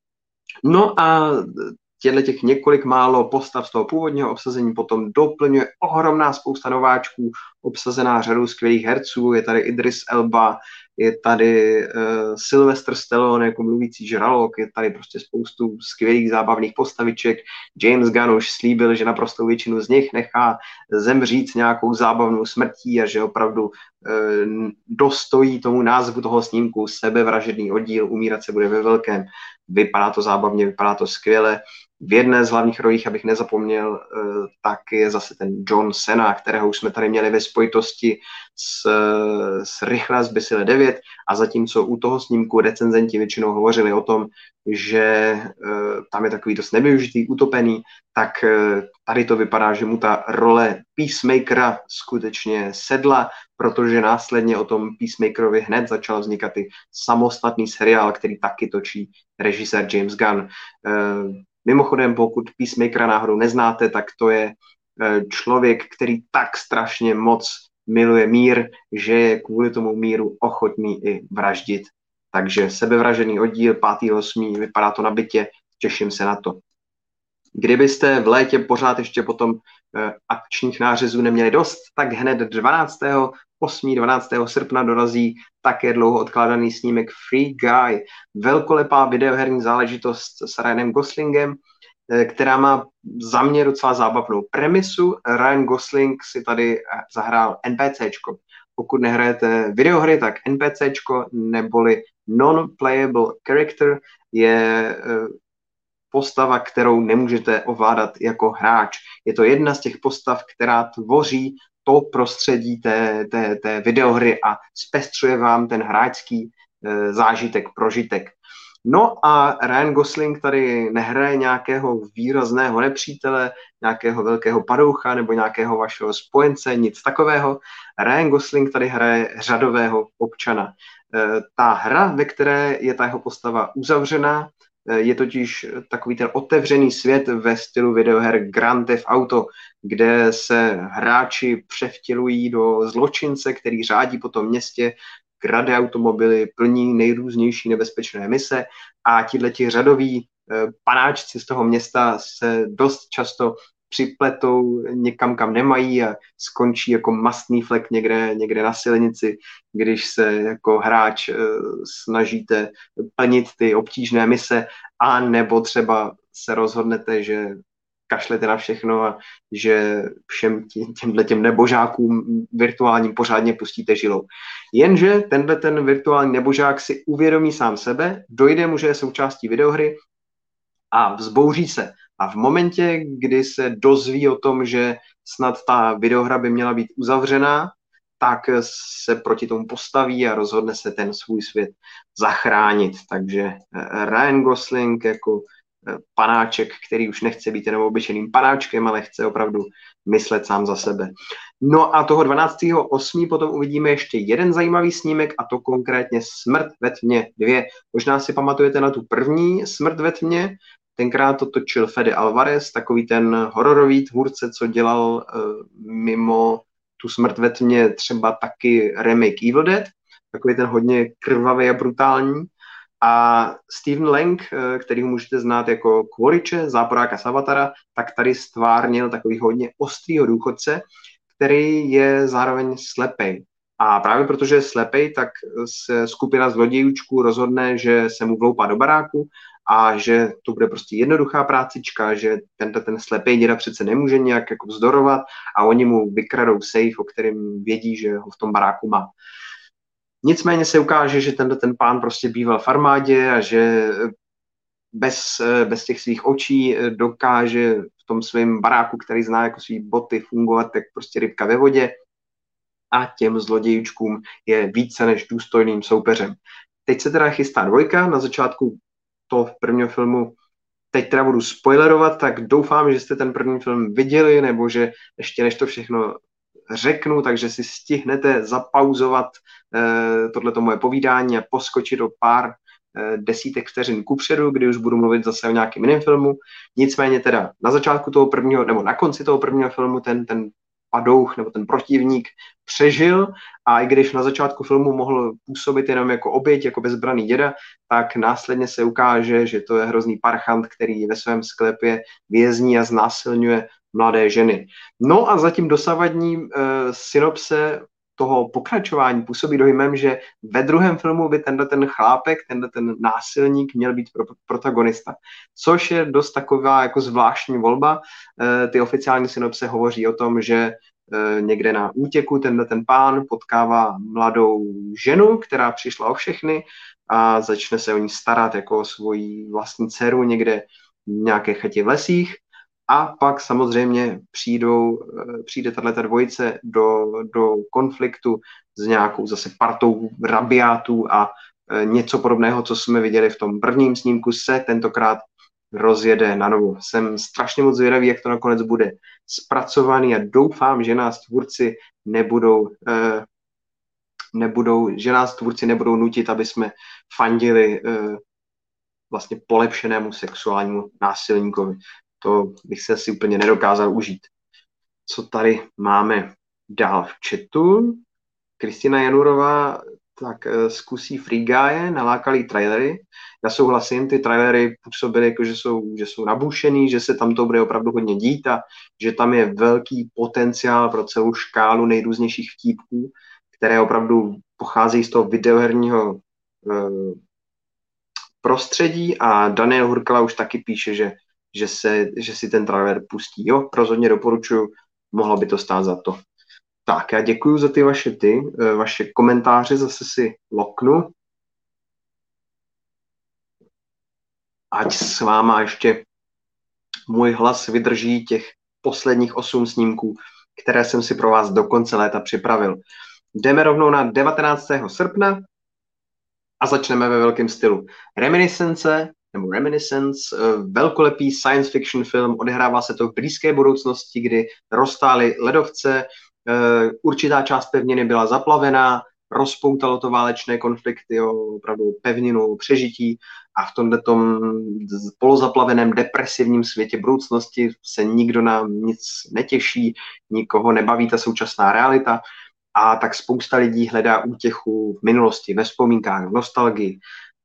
No a těchto těch několik málo postav z toho původního obsazení potom doplňuje ohromná spousta nováčků, obsazená řadou skvělých herců. Je tady Idris Elba, je tady uh, Sylvester Stallone jako mluvící žralok, je tady prostě spoustu skvělých zábavných postaviček. James Gunn už slíbil, že naprosto většinu z nich nechá zemřít nějakou zábavnou smrtí a že opravdu uh, dostojí tomu názvu toho snímku Sebevražedný oddíl, umírat se bude ve velkém. Vypadá to zábavně, vypadá to skvěle. V jedné z hlavních rolích, abych nezapomněl, tak je zase ten John Cena, kterého už jsme tady měli ve spojitosti s, s Rychlé zbysile devět, a zatímco u toho snímku recenzenti většinou hovořili o tom, že tam je takový dost nevyužitý, utopený, tak tady to vypadá, že mu ta role Peacemakera skutečně sedla, protože následně o tom Peacemakerovi hned začal vznikat i samostatný seriál, který taky točí režisér James Gunn. Mimochodem, pokud Peacemakera náhodou neznáte, tak to je člověk, který tak strašně moc miluje mír, že je kvůli tomu míru ochotný i vraždit. Takže Sebevražený oddíl pátého osmého vypadá to nabitě, těším se na to. Kdybyste v létě pořád ještě potom akčních nářezů neměli dost, tak hned dvanáctého osmého dvanáctého srpna dorazí také dlouho odkládaný snímek Free Guy. Velkolepá videoherní záležitost s Ryanem Goslingem, která má za mě docela zábavnou premisu. Ryan Gosling si tady zahrál NPCčko. pokud nehrajete videohry, tak NPCčko neboli non-playable character je postava, kterou nemůžete ovládat jako hráč. Je to jedna z těch postav, která tvoří to prostředí té, té, té videohry a zpestřuje vám ten hráčský e, zážitek, prožitek. No a Ryan Gosling tady nehraje nějakého výrazného nepřítele, nějakého velkého padoucha nebo nějakého vašeho spojence, nic takového. Ryan Gosling tady hraje řadového občana. E, ta hra, ve které je ta jeho postava uzavřená, je totiž takový ten otevřený svět ve stylu videoher Grand Theft Auto, kde se hráči převtělují do zločince, který řádí po tom městě, krade automobily, plní nejrůznější nebezpečné mise a tihleti řadoví panáčci z toho města se dost často připletou někam, kam nemají a skončí jako mastný flek někde, někde na silnici, když se jako hráč e, snažíte plnit ty obtížné mise, a nebo třeba se rozhodnete, že kašlete na všechno a že všem těmhle těm nebožákům virtuálním pořádně pustíte žilou. Jenže tenhle ten virtuální nebožák si uvědomí sám sebe, dojde mu, že je součástí videohry a vzbouří se. A v momentě, kdy se dozví o tom, že snad ta videohra by měla být uzavřená, tak se proti tomu postaví a rozhodne se ten svůj svět zachránit. Takže Ryan Gosling jako panáček, který už nechce být jenom obyčejným panáčkem, ale chce opravdu myslet sám za sebe. No a toho dvanáctého osmého potom uvidíme ještě jeden zajímavý snímek, a to konkrétně Smrt ve tmě dva. Možná si pamatujete na tu první Smrt ve tmě, tenkrát to točil Fede Alvarez, takový ten hororový tvůrce, co dělal uh, mimo tu Smrt ve tmě třeba taky remake Evil Dead, takový ten hodně krvavý a brutální. A Steven Lang, který ho můžete znát jako Quaritche, záporáka z Avatara, tak tady stvárnil takový hodně ostrýho důchodce, který je zároveň slepej. A právě protože je slepej, tak se skupina zlodějůčků rozhodne, že se mu vloupá do baráku a že to bude prostě jednoduchá prácička, že tento ten slepej děda přece nemůže nějak jako vzdorovat a oni mu vykradou safe, o kterém vědí, že ho v tom baráku má. Nicméně se ukáže, že tento ten pán prostě býval v armádě a že bez, bez těch svých očí dokáže v tom svém baráku, který zná jako svý boty, fungovat tak prostě rybka ve vodě a těm zlodějůčkům je více než důstojným soupeřem. Teď se teda chystá dvojka, na začátku toho prvního filmu, teď teda budu spoilerovat, tak doufám, že jste ten první film viděli, nebo že ještě než to všechno řeknu, takže si stihnete zapauzovat eh, tohleto moje povídání a poskočit o pár eh, desítek vteřin kupředu, kdy už budu mluvit zase o nějakém jiném filmu. Nicméně teda na začátku toho prvního, nebo na konci toho prvního filmu ten, ten padouch nebo ten protivník přežil a i když na začátku filmu mohl působit jenom jako oběť, jako bezbraný děda, tak následně se ukáže, že to je hrozný parchant, který ve svém sklepě vězní a znásilňuje mladé ženy. No a zatím dosavadní uh, synopse toho pokračování působí dojmem, že ve druhém filmu by tenhle ten chlápek, tenhle ten násilník měl být pro, protagonista. Což je dost taková jako zvláštní volba. Uh, ty oficiální synopse hovoří o tom, že uh, někde na útěku tenhle ten pán potkává mladou ženu, která přišla o všechny a začne se o ní starat jako o svoji vlastní dceru někde v nějaké chatě v lesích. A pak samozřejmě přijdou, přijde tato dvojice do, do konfliktu s nějakou zase partou rabiátů a něco podobného, co jsme viděli v tom prvním snímku, se tentokrát rozjede na novo. Jsem strašně moc zvědavý, jak to nakonec bude zpracovaný a doufám, že nás tvůrci nebudou, nebudou, že nás tvůrci nebudou nutit, aby jsme fandili vlastně polepšenému sexuálnímu násilníkovi. To bych se asi úplně nedokázal užít. Co tady máme dál v chatu? Kristina Janurová tak zkusí Free Guy, nalákalý trailery. Já souhlasím, ty trailery působily jako, že jsou, že jsou nabušený, že se tam to bude opravdu hodně dít a že tam je velký potenciál pro celou škálu nejrůznějších vtípků, které opravdu pocházejí z toho videoherního eh, prostředí a Daniel Hurkala už taky píše, že Že, se, že si ten trailer pustí. Jo, rozhodně doporučuji, mohlo by to stát za to. Tak, já děkuji za ty vaše ty, eh, vaše komentáře, zase si loknu. Ať s váma ještě můj hlas vydrží těch posledních osm snímků, které jsem si pro vás do konce léta připravil. Jdeme rovnou na devatenáctého srpna a začneme ve velkém stylu. Reminiscence, nebo Reminiscence, velkolepý science fiction film, odehrává se to v blízké budoucnosti, kdy roztály ledovce, určitá část pevniny byla zaplavená, rozpoutalo to válečné konflikty o opravdu pevninu, o přežití a v tomhletom polozaplaveném depresivním světě budoucnosti se nikdo na nic netěší, nikoho nebaví ta současná realita a tak spousta lidí hledá útěchu v minulosti, ve vzpomínkách, v nostalgii.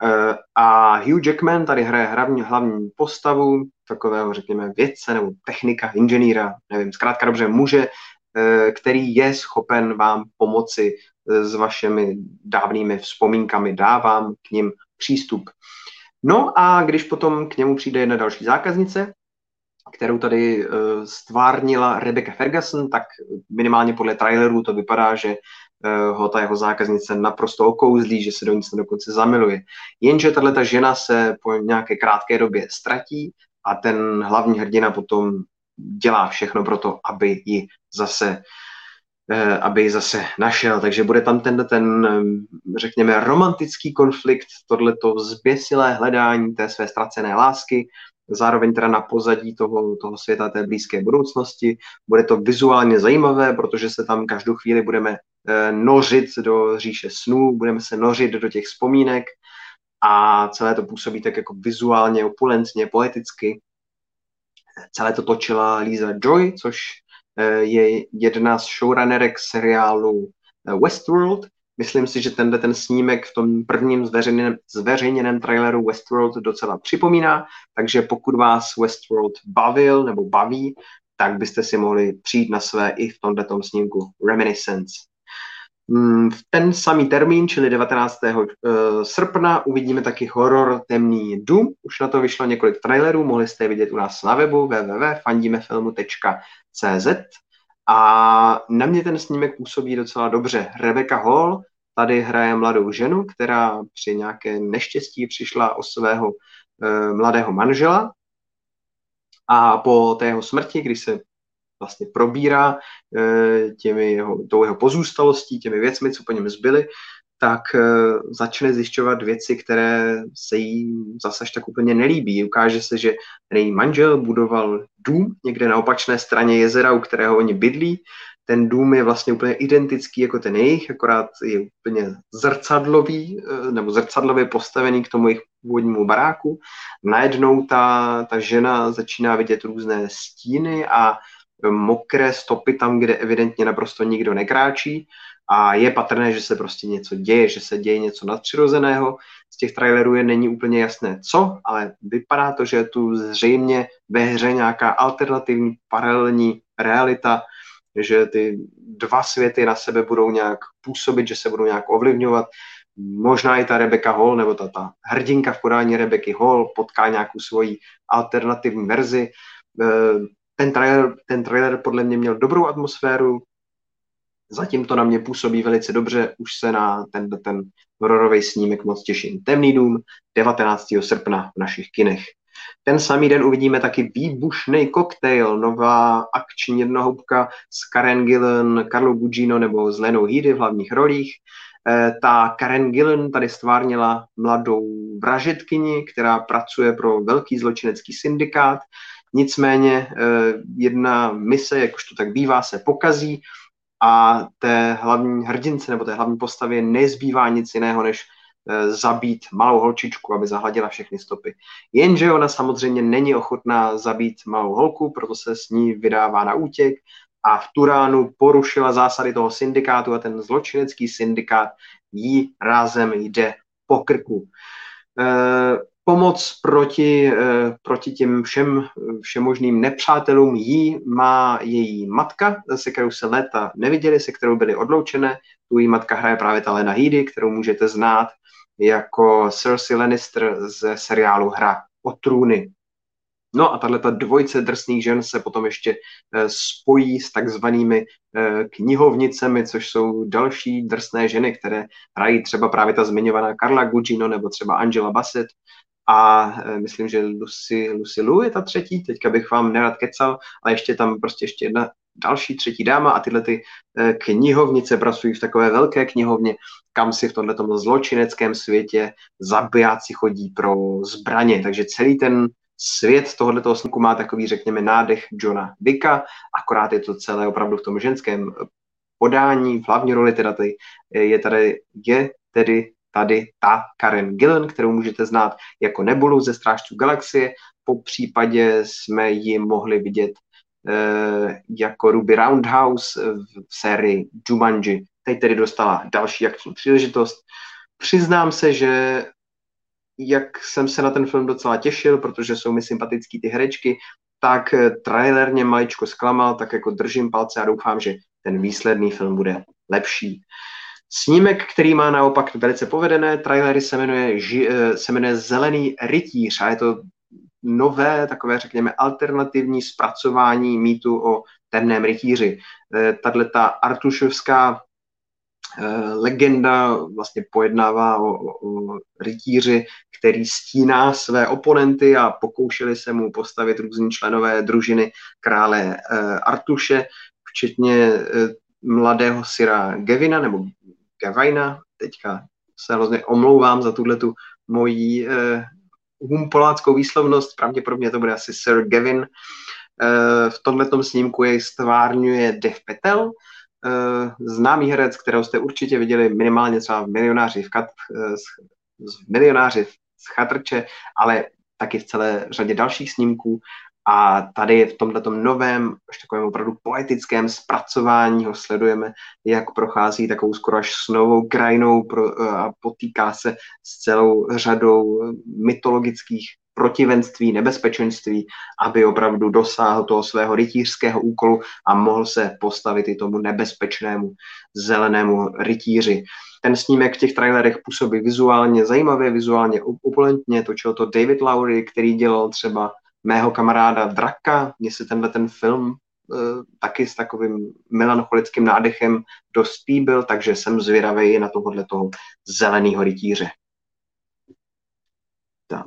A Hugh Jackman tady hraje hlavní, hlavní postavu takového, řekněme, vědce nebo technika, inženýra, nevím, zkrátka dobře muže, který je schopen vám pomoci s vašimi dávnými vzpomínkami, dávám k nim přístup. No a když potom k němu přijde jedna další zákaznice, kterou tady uh, stvárnila Rebecca Ferguson, tak minimálně podle trailerů to vypadá, že uh, ho ta jeho zákaznice naprosto okouzlí, že se do ní se dokonce zamiluje. Jenže tato žena se po nějaké krátké době ztratí a ten hlavní hrdina potom dělá všechno pro to, aby ji zase aby ji zase našel. Takže bude tam ten, ten, řekněme, romantický konflikt, tohleto zběsilé hledání té své ztracené lásky, zároveň teda na pozadí toho, toho světa té blízké budoucnosti. Bude to vizuálně zajímavé, protože se tam každou chvíli budeme nořit do říše snů, budeme se nořit do těch vzpomínek a celé to působí tak jako vizuálně, opulentně, poeticky. Celé to točila Lisa Joy, což je jedna z showrunnerek seriálu Westworld. Myslím si, že tenhle ten snímek v tom prvním zveřejněném, zveřejněném traileru Westworld docela připomíná, takže pokud vás Westworld bavil nebo baví, tak byste si mohli přijít na své i v tomhletom snímku Reminiscence. V ten samý termín, čili devatenáctého srpna, uvidíme taky horor Temný dům. Už na to vyšlo několik trailerů, mohli jste je vidět u nás na webu w w w tečka fandimefilmu tečka c z. A na mě ten snímek působí docela dobře. Rebecca Hall tady hraje mladou ženu, která při nějaké neštěstí přišla o svého e, mladého manžela a po té jeho smrti, když se vlastně probírá e, těmi jeho, tou jeho pozůstalostí, těmi věcmi, co po něm zbyly, tak e, začne zjišťovat věci, které se jí zase tak úplně nelíbí. Ukáže se, že její manžel budoval dům někde na opačné straně jezera, u kterého oni bydlí. Ten dům je vlastně úplně identický jako ten jejich, akorát je úplně zrcadlový, nebo zrcadlově postavený k tomu jejich původnímu baráku. Najednou ta, ta žena začíná vidět různé stíny a mokré stopy tam, kde evidentně naprosto nikdo nekráčí a je patrné, že se prostě něco děje, že se děje něco nadpřirozeného. Z těch trailerů je není úplně jasné co, ale vypadá to, že je tu zřejmě ve hře nějaká alternativní paralelní realita, že ty dva světy na sebe budou nějak působit, že se budou nějak ovlivňovat. Možná i ta Rebecca Hall, nebo ta, ta hrdinka v podání Rebecky Hall potká nějakou svoji alternativní verzi. Ten trailer, ten trailer podle mě měl dobrou atmosféru, zatím to na mě působí velice dobře, už se na ten, ten hororový snímek moc těším. Temný dům, devatenáctého srpna v našich kinech. Ten samý den uvidíme taky Výbušnej koktejl, nová akční jednohoubka s Karen Gillan, Carlo Gugino nebo s Lenou Headey v hlavních rolích. E, ta Karen Gillan tady stvárnila mladou vražedkyni, která pracuje pro velký zločinecký syndikát. Nicméně jedna mise, jak už to tak bývá, se pokazí a té hlavní hrdince nebo té hlavní postavě nezbývá nic jiného, než zabít malou holčičku, aby zahladila všechny stopy. Jenže ona samozřejmě není ochotná zabít malou holku, proto se s ní vydává na útěk a v Turánu porušila zásady toho syndikátu a ten zločinecký syndikát jí rázem jde po krku. Pomoc proti, proti těm všem všemožným nepřátelům jí má její matka, se kterou se léta neviděli, se kterou byly odloučené. Tu její matka hraje právě ta Lena Headey, kterou můžete znát jako Cersei Lannister ze seriálu Hra o trůny. No a tato dvojice drsných žen se potom ještě spojí s takzvanými knihovnicemi, což jsou další drsné ženy, které hrají třeba právě ta zmiňovaná Carla Gugino nebo třeba Angela Bassett. A myslím, že Lucy, Lucy Liu je ta třetí, teďka bych vám nerad kecal, ale ještě tam prostě ještě jedna další třetí dáma a tyhle ty knihovnice pracují v takové velké knihovně, kam si v tomhletom zločineckém světě zabijáci chodí pro zbraně. Takže celý ten svět tohoto snímku má takový, řekněme, nádech Johna Wicka, akorát je to celé opravdu v tom ženském podání, v hlavní roli teda tady, je tady, je tedy tady ta Karen Gillan, kterou můžete znát jako Nebulu ze Strážců galaxie, po případě jsme ji mohli vidět eh, jako Ruby Roundhouse v sérii Jumanji. Teď tedy dostala další akční příležitost. Přiznám se, že jak jsem se na ten film docela těšil, protože jsou mi sympatický ty herečky, tak trailer mě maličko zklamal, tak jako držím palce a doufám, že ten výsledný film bude lepší. Snímek, který má naopak velice povedené trailery, se jmenuje, se jmenuje Zelený rytíř a je to nové, takové řekněme alternativní zpracování mýtu o temném rytíři. Tato artušovská legenda vlastně pojednává o, o, o rytíři, který stíná své oponenty a pokoušeli se mu postavit různí členové družiny krále Artuše, včetně mladého syra Gavina, nebo Gavina, teďka se hrozně omlouvám za tuhletu moji eh, humpoláckou výslovnost, pravděpodobně to bude asi Sir Gavin. Eh, v tomhletom snímku jej stvárňuje Dev Patel, eh, známý herec, kterého jste určitě viděli minimálně třeba v Milionáři v, Kat, eh, v Milionáři z Chatrče, ale taky v celé řadě dalších snímků. A tady v tomto novém, až takovém opravdu poetickém zpracování ho sledujeme, jak prochází takovou skoro až snovou krajinou pro, a potýká se s celou řadou mytologických protivenství, nebezpečenství, aby opravdu dosáhl toho svého rytířského úkolu a mohl se postavit i tomu nebezpečnému zelenému rytíři. Ten snímek v těch trailerech působí vizuálně zajímavě, vizuálně opulentně, točil to David Lowery, který dělal třeba mého kamaráda Draka. Mně se tenhle ten film uh, taky s takovým melancholickým nádechem dost líbil, takže jsem zvědavý i na tohohle toho zeleného rytíře. Tak.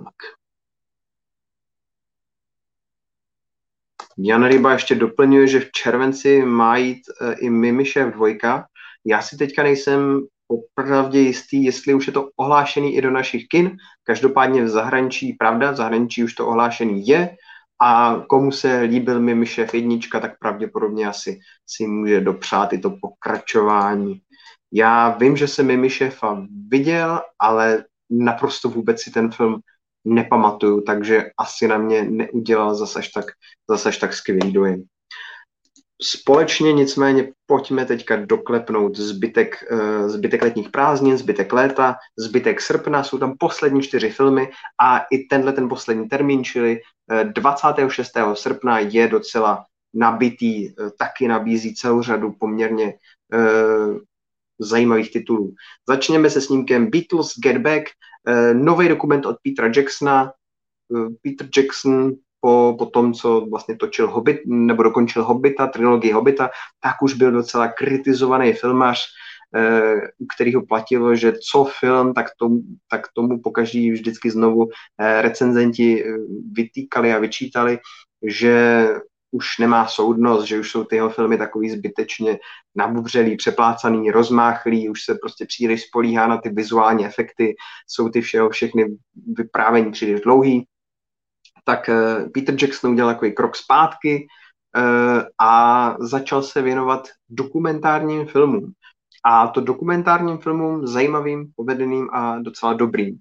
Jan Ryba ještě doplňuje, že v červenci má jít uh, i Mimišev dvojka. Já si teďka nejsem opravdu jistý, jestli už je to ohlášený i do našich kin. Každopádně v zahraničí, pravda, v zahraničí už to ohlášený je a komu se líbil Mimišev jednička, tak pravděpodobně asi si může dopřát i to pokračování. Já vím, že jsem Mimišefa viděl, ale naprosto vůbec si ten film nepamatuju, takže asi na mě neudělal zase až tak, zase až tak skvělý dojem. Společně nicméně pojďme teďka doklepnout zbytek, zbytek letních prázdnin, zbytek léta, zbytek srpna, jsou tam poslední čtyři filmy a i tenhle ten poslední termín, čili dvacátého šestého srpna je docela nabitý, taky nabízí celou řadu poměrně uh, zajímavých titulů. Začněme se snímkem Beatles Get Back, uh, nový dokument od Petera Jacksona. Uh, Peter Jackson Po, po tom, co vlastně točil Hobbit, nebo dokončil Hobbita, trilogii Hobbita, tak už byl docela kritizovaný filmař, eh, u kterého platilo, že co film, tak tomu, tak tomu pokaždý vždycky znovu eh, recenzenti vytýkali a vyčítali, že už nemá soudnost, že už jsou ty jeho filmy takový zbytečně nabubřelý, přeplácaný, rozmáchlý, už se prostě příliš spolíhá na ty vizuální efekty, jsou ty všeho všechny vyprávění příliš dlouhý. Tak Peter Jackson udělal takový krok zpátky a začal se věnovat dokumentárním filmům. A to dokumentárním filmům zajímavým, povedeným a docela dobrým.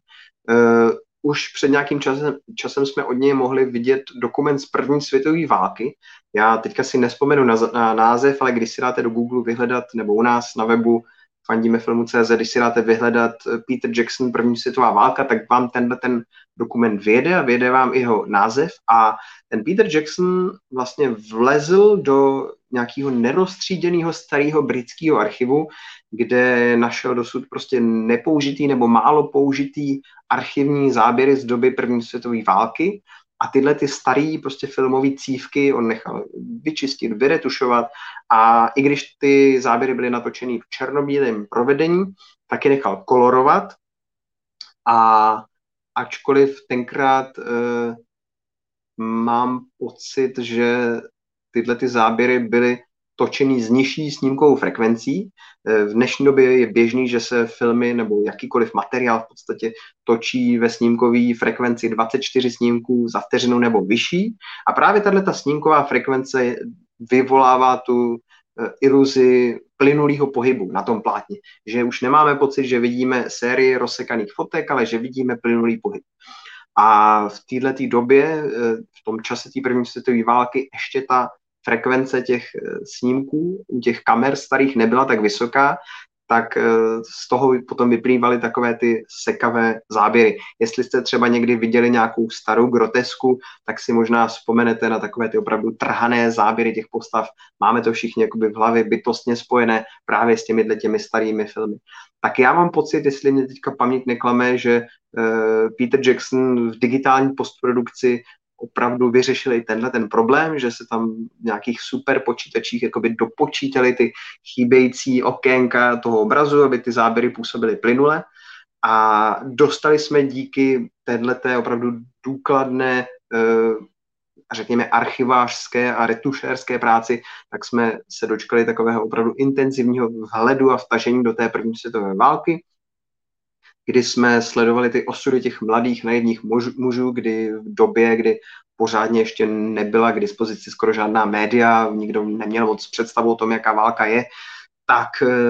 Už před nějakým časem, časem jsme od něj mohli vidět dokument z první světové války. Já teďka si nespomenu na, na název, ale když si dáte do Google vyhledat, nebo u nás na webu fandíme filmu tečka cé zet, když si dáte vyhledat Peter Jackson první světová válka, tak vám tenhle ten dokument vyjede a vyjede vám jeho název a ten Peter Jackson vlastně vlezl do nějakého neroztříděného starého britského archivu, kde našel dosud prostě nepoužitý nebo málo použitý archivní záběry z doby první světové války A tyhle ty starý prostě filmový cívky on nechal vyčistit, vyretušovat a i když ty záběry byly natočený v černobílém provedení, tak je nechal kolorovat a ačkoliv tenkrát eh, mám pocit, že tyhle ty záběry byly točený s nižší snímkovou frekvencí. V dnešní době je běžný, že se filmy nebo jakýkoliv materiál v podstatě točí ve snímkové frekvenci dvacet čtyři snímků za vteřinu nebo vyšší. A právě tato snímková frekvence vyvolává tu iluzi plynulého pohybu na tom plátně. Že už nemáme pocit, že vidíme sérii rozsekaných fotek, ale že vidíme plynulý pohyb. A v této době, v tom čase té první světové války, ještě ta frekvence těch snímků u těch kamer starých nebyla tak vysoká, tak z toho potom vyplývaly takové ty sekavé záběry. Jestli jste třeba někdy viděli nějakou starou grotesku, tak si možná vzpomenete na takové ty opravdu trhané záběry těch postav. Máme to všichni jakoby v hlavě bytostně spojené právě s těmi těmi starými filmy. Tak já mám pocit, jestli mě teďka paměť neklame, že uh, Peter Jackson v digitální postprodukci opravdu vyřešili tenhle ten problém, že se tam v nějakých super počítačích jakoby dopočítali ty chýbející okénka toho obrazu, aby ty záběry působily plynule. A dostali jsme díky téhleté opravdu důkladné, řekněme, archivářské a retušérské práci, tak jsme se dočkali takového opravdu intenzivního vhledu a vtažení do té první světové války, kdy jsme sledovali ty osudy těch mladých naivních mužů, kdy v době, kdy pořádně ještě nebyla k dispozici skoro žádná média, nikdo neměl moc představu o tom, jaká válka je, tak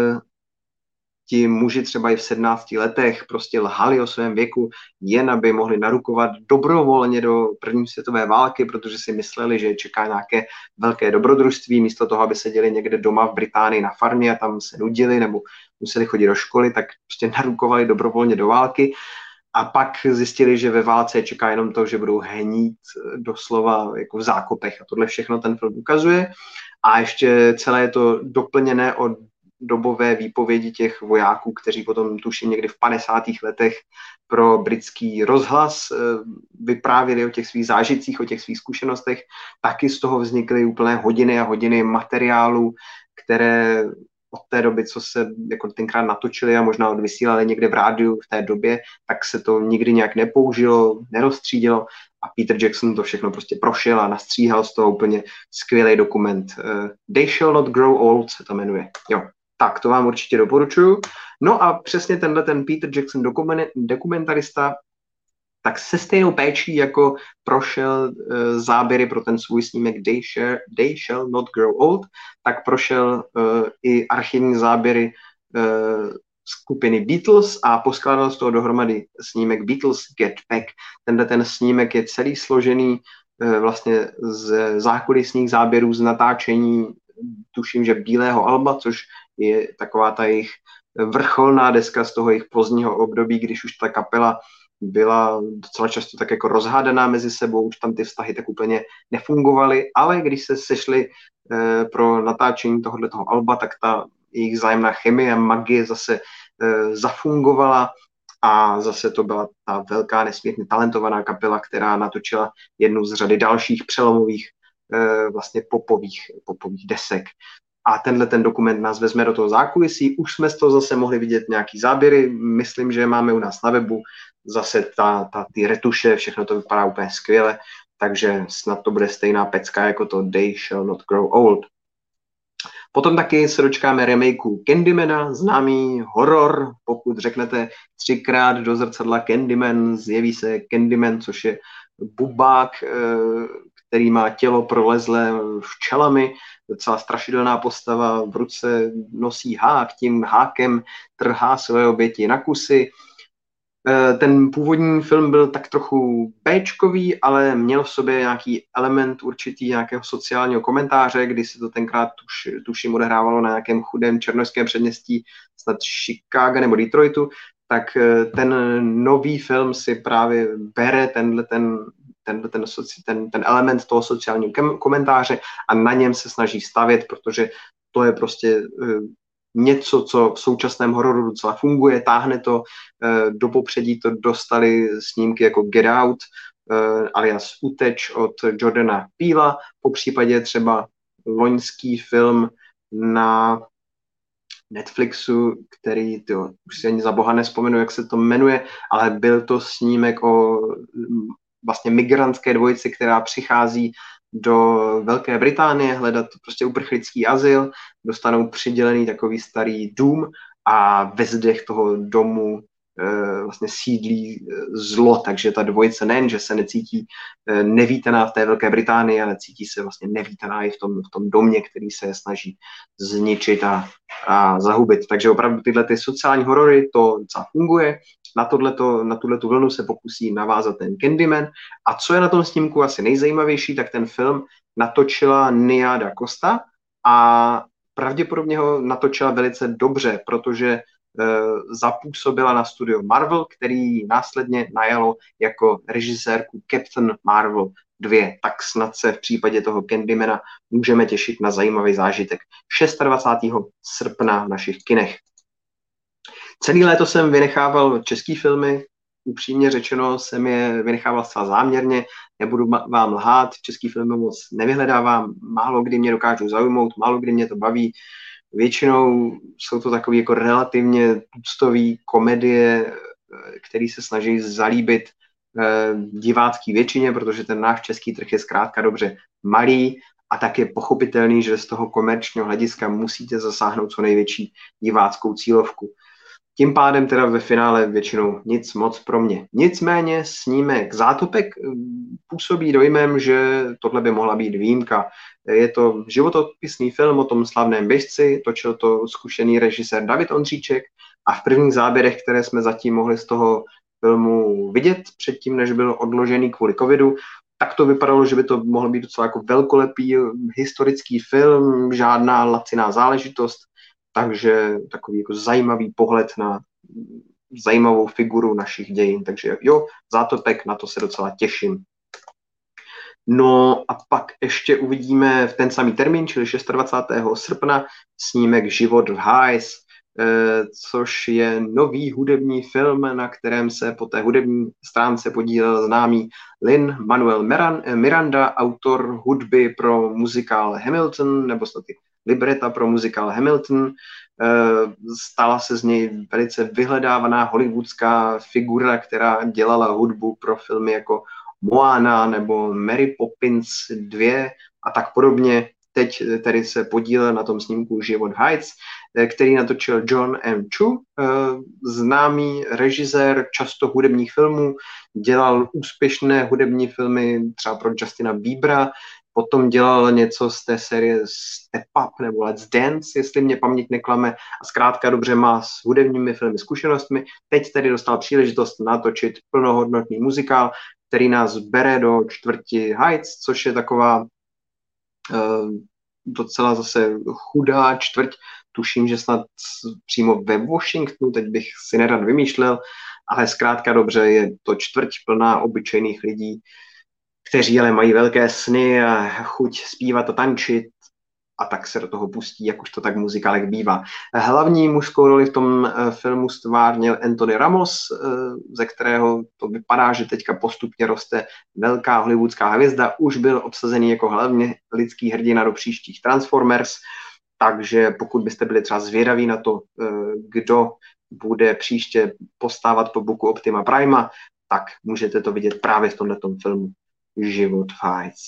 ti muži třeba i v sedmnácti letech prostě lhali o svém věku, jen aby mohli narukovat dobrovolně do první světové války, protože si mysleli, že čeká nějaké velké dobrodružství, místo toho, aby seděli někde doma v Británii na farmě a tam se nudili nebo museli chodit do školy, tak prostě narukovali dobrovolně do války a pak zjistili, že ve válce čeká jenom to, že budou hnít doslova jako v zákopech a tohle všechno ten film ukazuje a ještě celé je to doplněné o dobové výpovědi těch vojáků, kteří potom tuším někdy v padesátých letech pro britský rozhlas vyprávěli o těch svých zážitcích, o těch svých zkušenostech. Taky z toho vznikly úplné hodiny a hodiny materiálů, které od té doby, co se jako tenkrát natočili a možná odvysílali někde v rádiu v té době, tak se to nikdy nějak nepoužilo, nerozstřídilo a Peter Jackson to všechno prostě prošel a nastříhal z toho úplně skvělý dokument. Uh, They Shall Not Grow Old se to jmenuje. Jo. Tak, to vám určitě doporučuju. No a přesně tenhle ten Peter Jackson dokumentarista tak se stejnou péčí, jako prošel uh, záběry pro ten svůj snímek They, share, They Shall Not Grow Old, tak prošel uh, i archivní záběry uh, skupiny Beatles a poskládal z toho dohromady snímek Beatles Get Back. Tenhle ten snímek je celý složený uh, vlastně z zákulisních záběrů z natáčení, tuším, že Bílého alba, což je taková ta jejich vrcholná deska z toho jejich pozdního období, když už ta kapela byla docela často tak jako rozhádaná mezi sebou, už tam ty vztahy tak úplně nefungovaly, ale když se sešli eh, pro natáčení tohoto alba, tak ta jejich vzájemná chemie a magie zase eh, zafungovala a zase to byla ta velká, nesmírně talentovaná kapela, která natočila jednu z řady dalších přelomových eh, vlastně popových, popových desek. A tenhle ten dokument nás vezme do toho zákulisí. Už jsme z toho zase mohli vidět nějaký záběry, myslím, že máme u nás na webu zase ta, ta, ty retuše, všechno to vypadá úplně skvěle, takže snad to bude stejná pecka jako to They Shall Not Grow Old. Potom taky se dočkáme remakeu Candymana, známý horor, pokud řeknete třikrát do zrcadla Candyman, zjeví se Candyman, což je bubák, který má tělo prolezlé včelami, docela strašidelná postava, v ruce nosí hák, tím hákem trhá své oběti na kusy. Ten původní film byl tak trochu béčkový, ale měl v sobě nějaký element určitý nějakého sociálního komentáře, kdy se to tenkrát tuš, tuším odehrávalo na nějakém chudém černošském předměstí, snad Chicago nebo Detroitu, tak ten nový film si právě bere tenhle ten Ten, ten, ten, ten element toho sociálního komentáře a na něm se snaží stavět, protože to je prostě uh, něco, co v současném hororu docela funguje, táhne to, uh, do popředí to dostali snímky jako Get Out, alias Uteč od Jordana Peela, po případě třeba loňský film na Netflixu, který, tyjo, už si ani za boha nespomenu, jak se to jmenuje, ale byl to snímek o vlastně migrantské dvojici, která přichází do Velké Británie hledat prostě uprchlický azyl, dostanou přidělený takový starý dům a ve zdech toho domu e, vlastně sídlí zlo, takže ta dvojice nejen, že se necítí e, nevítaná v té Velké Británii, ale cítí se vlastně nevítaná i v tom, v tom domě, který se snaží zničit a, a zahubit. Takže opravdu tyhle ty sociální horory, to docela funguje. Na, tohleto, na tuhletu vlnu se pokusí navázat ten Candyman. A co je na tom snímku asi nejzajímavější, tak ten film natočila Nia Da Costa a pravděpodobně ho natočila velice dobře, protože e, zapůsobila na studio Marvel, který následně najalo jako režisérku Captain Marvel dva. Tak snad se v případě toho Candymana můžeme těšit na zajímavý zážitek dvacátého šestého srpna v našich kinech. Celý léto jsem vynechával český filmy, upřímně řečeno jsem je vynechával zcela záměrně, nebudu vám lhát, český filmy moc nevyhledávám, málo kdy mě dokážu zaujmout, málo kdy mě to baví, většinou jsou to takové jako relativně tuctové komedie, které se snaží zalíbit divácký většině, protože ten náš český trh je zkrátka dobře malý a tak je pochopitelný, že z toho komerčního hlediska musíte zasáhnout co největší diváckou cílovku. Tím pádem teda ve finále většinou nic moc pro mě. Nicméně snímek Zátopek působí dojmem, že tohle by mohla být výjimka. Je to životopisný film o tom slavném běžci, točil to zkušený režisér David Ondříček a v prvních záběrech, které jsme zatím mohli z toho filmu vidět, předtím, než byl odložený kvůli covidu, tak to vypadalo, že by to mohl být docela jako velkolepý historický film, žádná laciná záležitost, takže takový jako zajímavý pohled na zajímavou figuru našich dějin. Takže jo, Zátopek, na to se docela těším. No a pak ještě uvidíme v ten samý termín, čili dvacátého šestého srpna, snímek Život v Highs, což je nový hudební film, na kterém se po té hudební stránce podílel známý Lin-Manuel Miranda, autor hudby pro muzikál Hamilton, nebo snad i libreta pro muzikál Hamilton. Stala se z něj velice vyhledávaná hollywoodská figura, která dělala hudbu pro filmy jako Moana nebo Mary Poppins dva a tak podobně. Teď tedy se podílel na tom snímku Život Heights, který natočil John M. Chu, známý režisér často hudebních filmů, dělal úspěšné hudební filmy třeba pro Justina Biebera, potom dělal něco z té série Step Up nebo Let's Dance, jestli mě paměť neklame, a zkrátka dobře má s hudebními filmy zkušenostmi. Teď tedy dostal příležitost natočit plnohodnotný muzikál, který nás bere do čtvrti Heights, což je taková uh, docela zase chudá čtvrť. Tuším, že snad přímo ve Washingtonu, teď bych si nerad vymýšlel, ale zkrátka dobře je to čtvrť plná obyčejných lidí, kteří ale mají velké sny a chuť zpívat a tančit a tak se do toho pustí, jak už to tak muzikálek bývá. Hlavní mužskou roli v tom filmu stvárnil Anthony Ramos, ze kterého to vypadá, že teďka postupně roste velká hollywoodská hvězda. Už byl obsazený jako hlavně lidský hrdina do příštích Transformers, takže pokud byste byli třeba zvědaví na to, kdo bude příště postávat po boku Optima Prima, tak můžete to vidět právě v tomhletom filmu Život v Heights.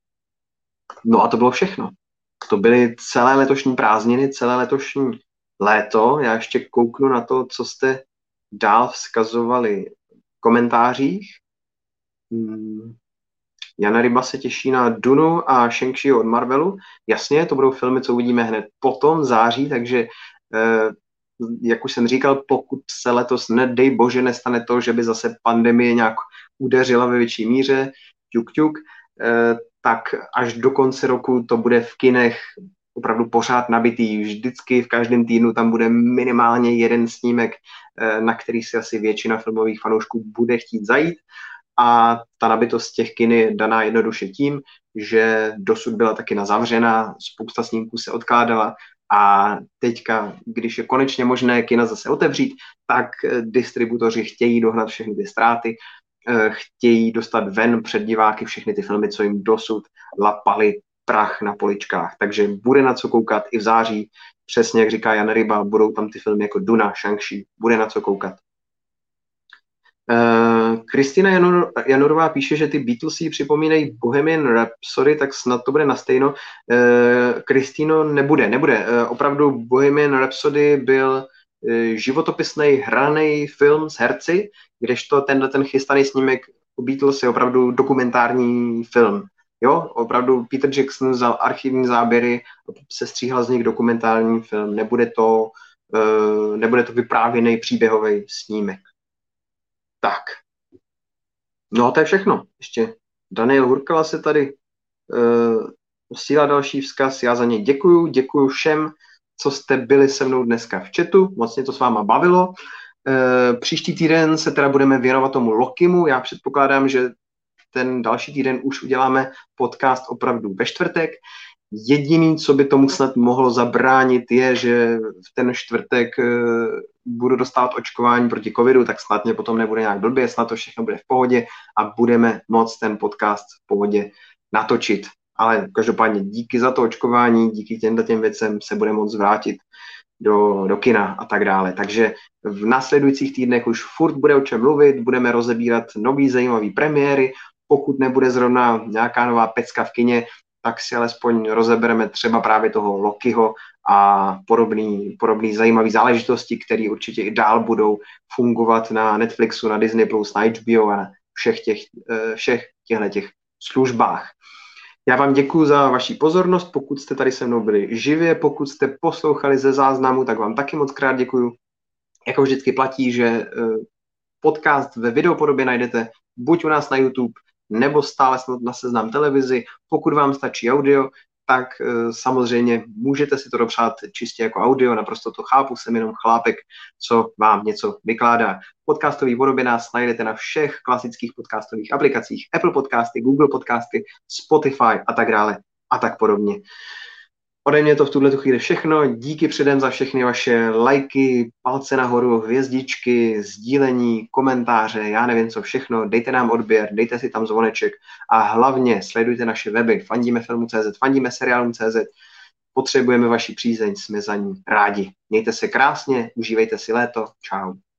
No a to bylo všechno. To byly celé letošní prázdniny, celé letošní léto. Já ještě kouknu na to, co jste dál vzkazovali v komentářích. Hmm. Jana Ryba se těší na Dunu a Shang-Chi od Marvelu. Jasně, to budou filmy, co uvidíme hned potom v září, takže eh, jak už jsem říkal, pokud se letos, nedej bože, nestane to, že by zase pandemie nějak udeřila ve větší míře, ťuk, ťuk, eh, tak až do konce roku to bude v kinech opravdu pořád nabitý. Vždycky v každém týdnu tam bude minimálně jeden snímek, eh, na který si asi většina filmových fanoušků bude chtít zajít. A ta nabitost těch kin je daná jednoduše tím, že dosud byla taky nazavřena, spousta snímků se odkládala a teďka, když je konečně možné kina zase otevřít, tak distributoři chtějí dohnat všechny ty ztráty chtějí dostat ven před diváky všechny ty filmy, co jim dosud lapali prach na poličkách. Takže bude na co koukat i v září. Přesně jak říká Jan Ryba, budou tam ty filmy jako Duna, Shang-Chi, bude na co koukat. Kristýna uh, Janur, Janurová píše, že ty Beatles jí připomínají Bohemian Rhapsody, tak snad to bude na stejno. Kristýno, uh, nebude, nebude. Uh, opravdu Bohemian Rhapsody byl uh, životopisný hraný film s herci, kdežto tenhle ten chystaný snímek o Beatles je opravdu dokumentární film. Jo, opravdu Peter Jackson vzal archivní záběry, se stříhal z nich dokumentární film, nebude to, uh, nebude to vyprávěný příběhový snímek. Tak. No to je všechno. Ještě Daniel Hurkala se tady uh, posílá další vzkaz. Já za něj děkuju. Děkuju všem, co jste byli se mnou dneska v chatu. Moc mě to s váma bavilo. Uh, příští týden se teda budeme věnovat tomu Lokimu. Já předpokládám, že ten další týden už uděláme podcast opravdu ve čtvrtek. Jediný, co by tomu snad mohlo zabránit, je, že v ten čtvrtek budu dostávat očkování proti covidu, tak snad mě potom nebude nějak blbě, snad to všechno bude v pohodě a budeme moct ten podcast v pohodě natočit. Ale každopádně díky za to očkování, díky těmto těm věcem se bude moct vrátit do, do kina a tak dále. Takže v následujících týdnech už furt bude o čem mluvit, budeme rozebírat nový zajímavý premiéry, pokud nebude zrovna nějaká nová pecka v kině, tak si alespoň rozebereme třeba právě toho Lokiho a podobný, podobný zajímavý záležitosti, které určitě i dál budou fungovat na Netflixu, na Disney plus, na H B O a na všech těch, všech těchto těch službách. Já vám děkuji za vaši pozornost, pokud jste tady se mnou byli živě, pokud jste poslouchali ze záznamu, tak vám taky moc krát děkuji. Jako vždycky platí, že podcast ve videopodobě najdete buď u nás na YouTube, nebo stále na Seznam televizi. Pokud vám stačí audio, tak e, samozřejmě můžete si to dopřát čistě jako audio, naprosto to chápu, jsem jenom chlápek, co vám něco vykládá. V podcastové podobě nás najdete na všech klasických podcastových aplikacích, Apple Podcasty, Google Podcasty, Spotify a tak dále a tak podobně. Ode mě to v tuhle chvíli všechno. Díky předem za všechny vaše lajky, palce nahoru, hvězdičky, sdílení, komentáře, já nevím co všechno. Dejte nám odběr, dejte si tam zvoneček a hlavně sledujte naše weby fandimefilmu tečka cé zet, fandíme seriálům tečka cé zet. Potřebujeme vaši přízeň, jsme za ní rádi. Mějte se krásně, užívejte si léto. Čau.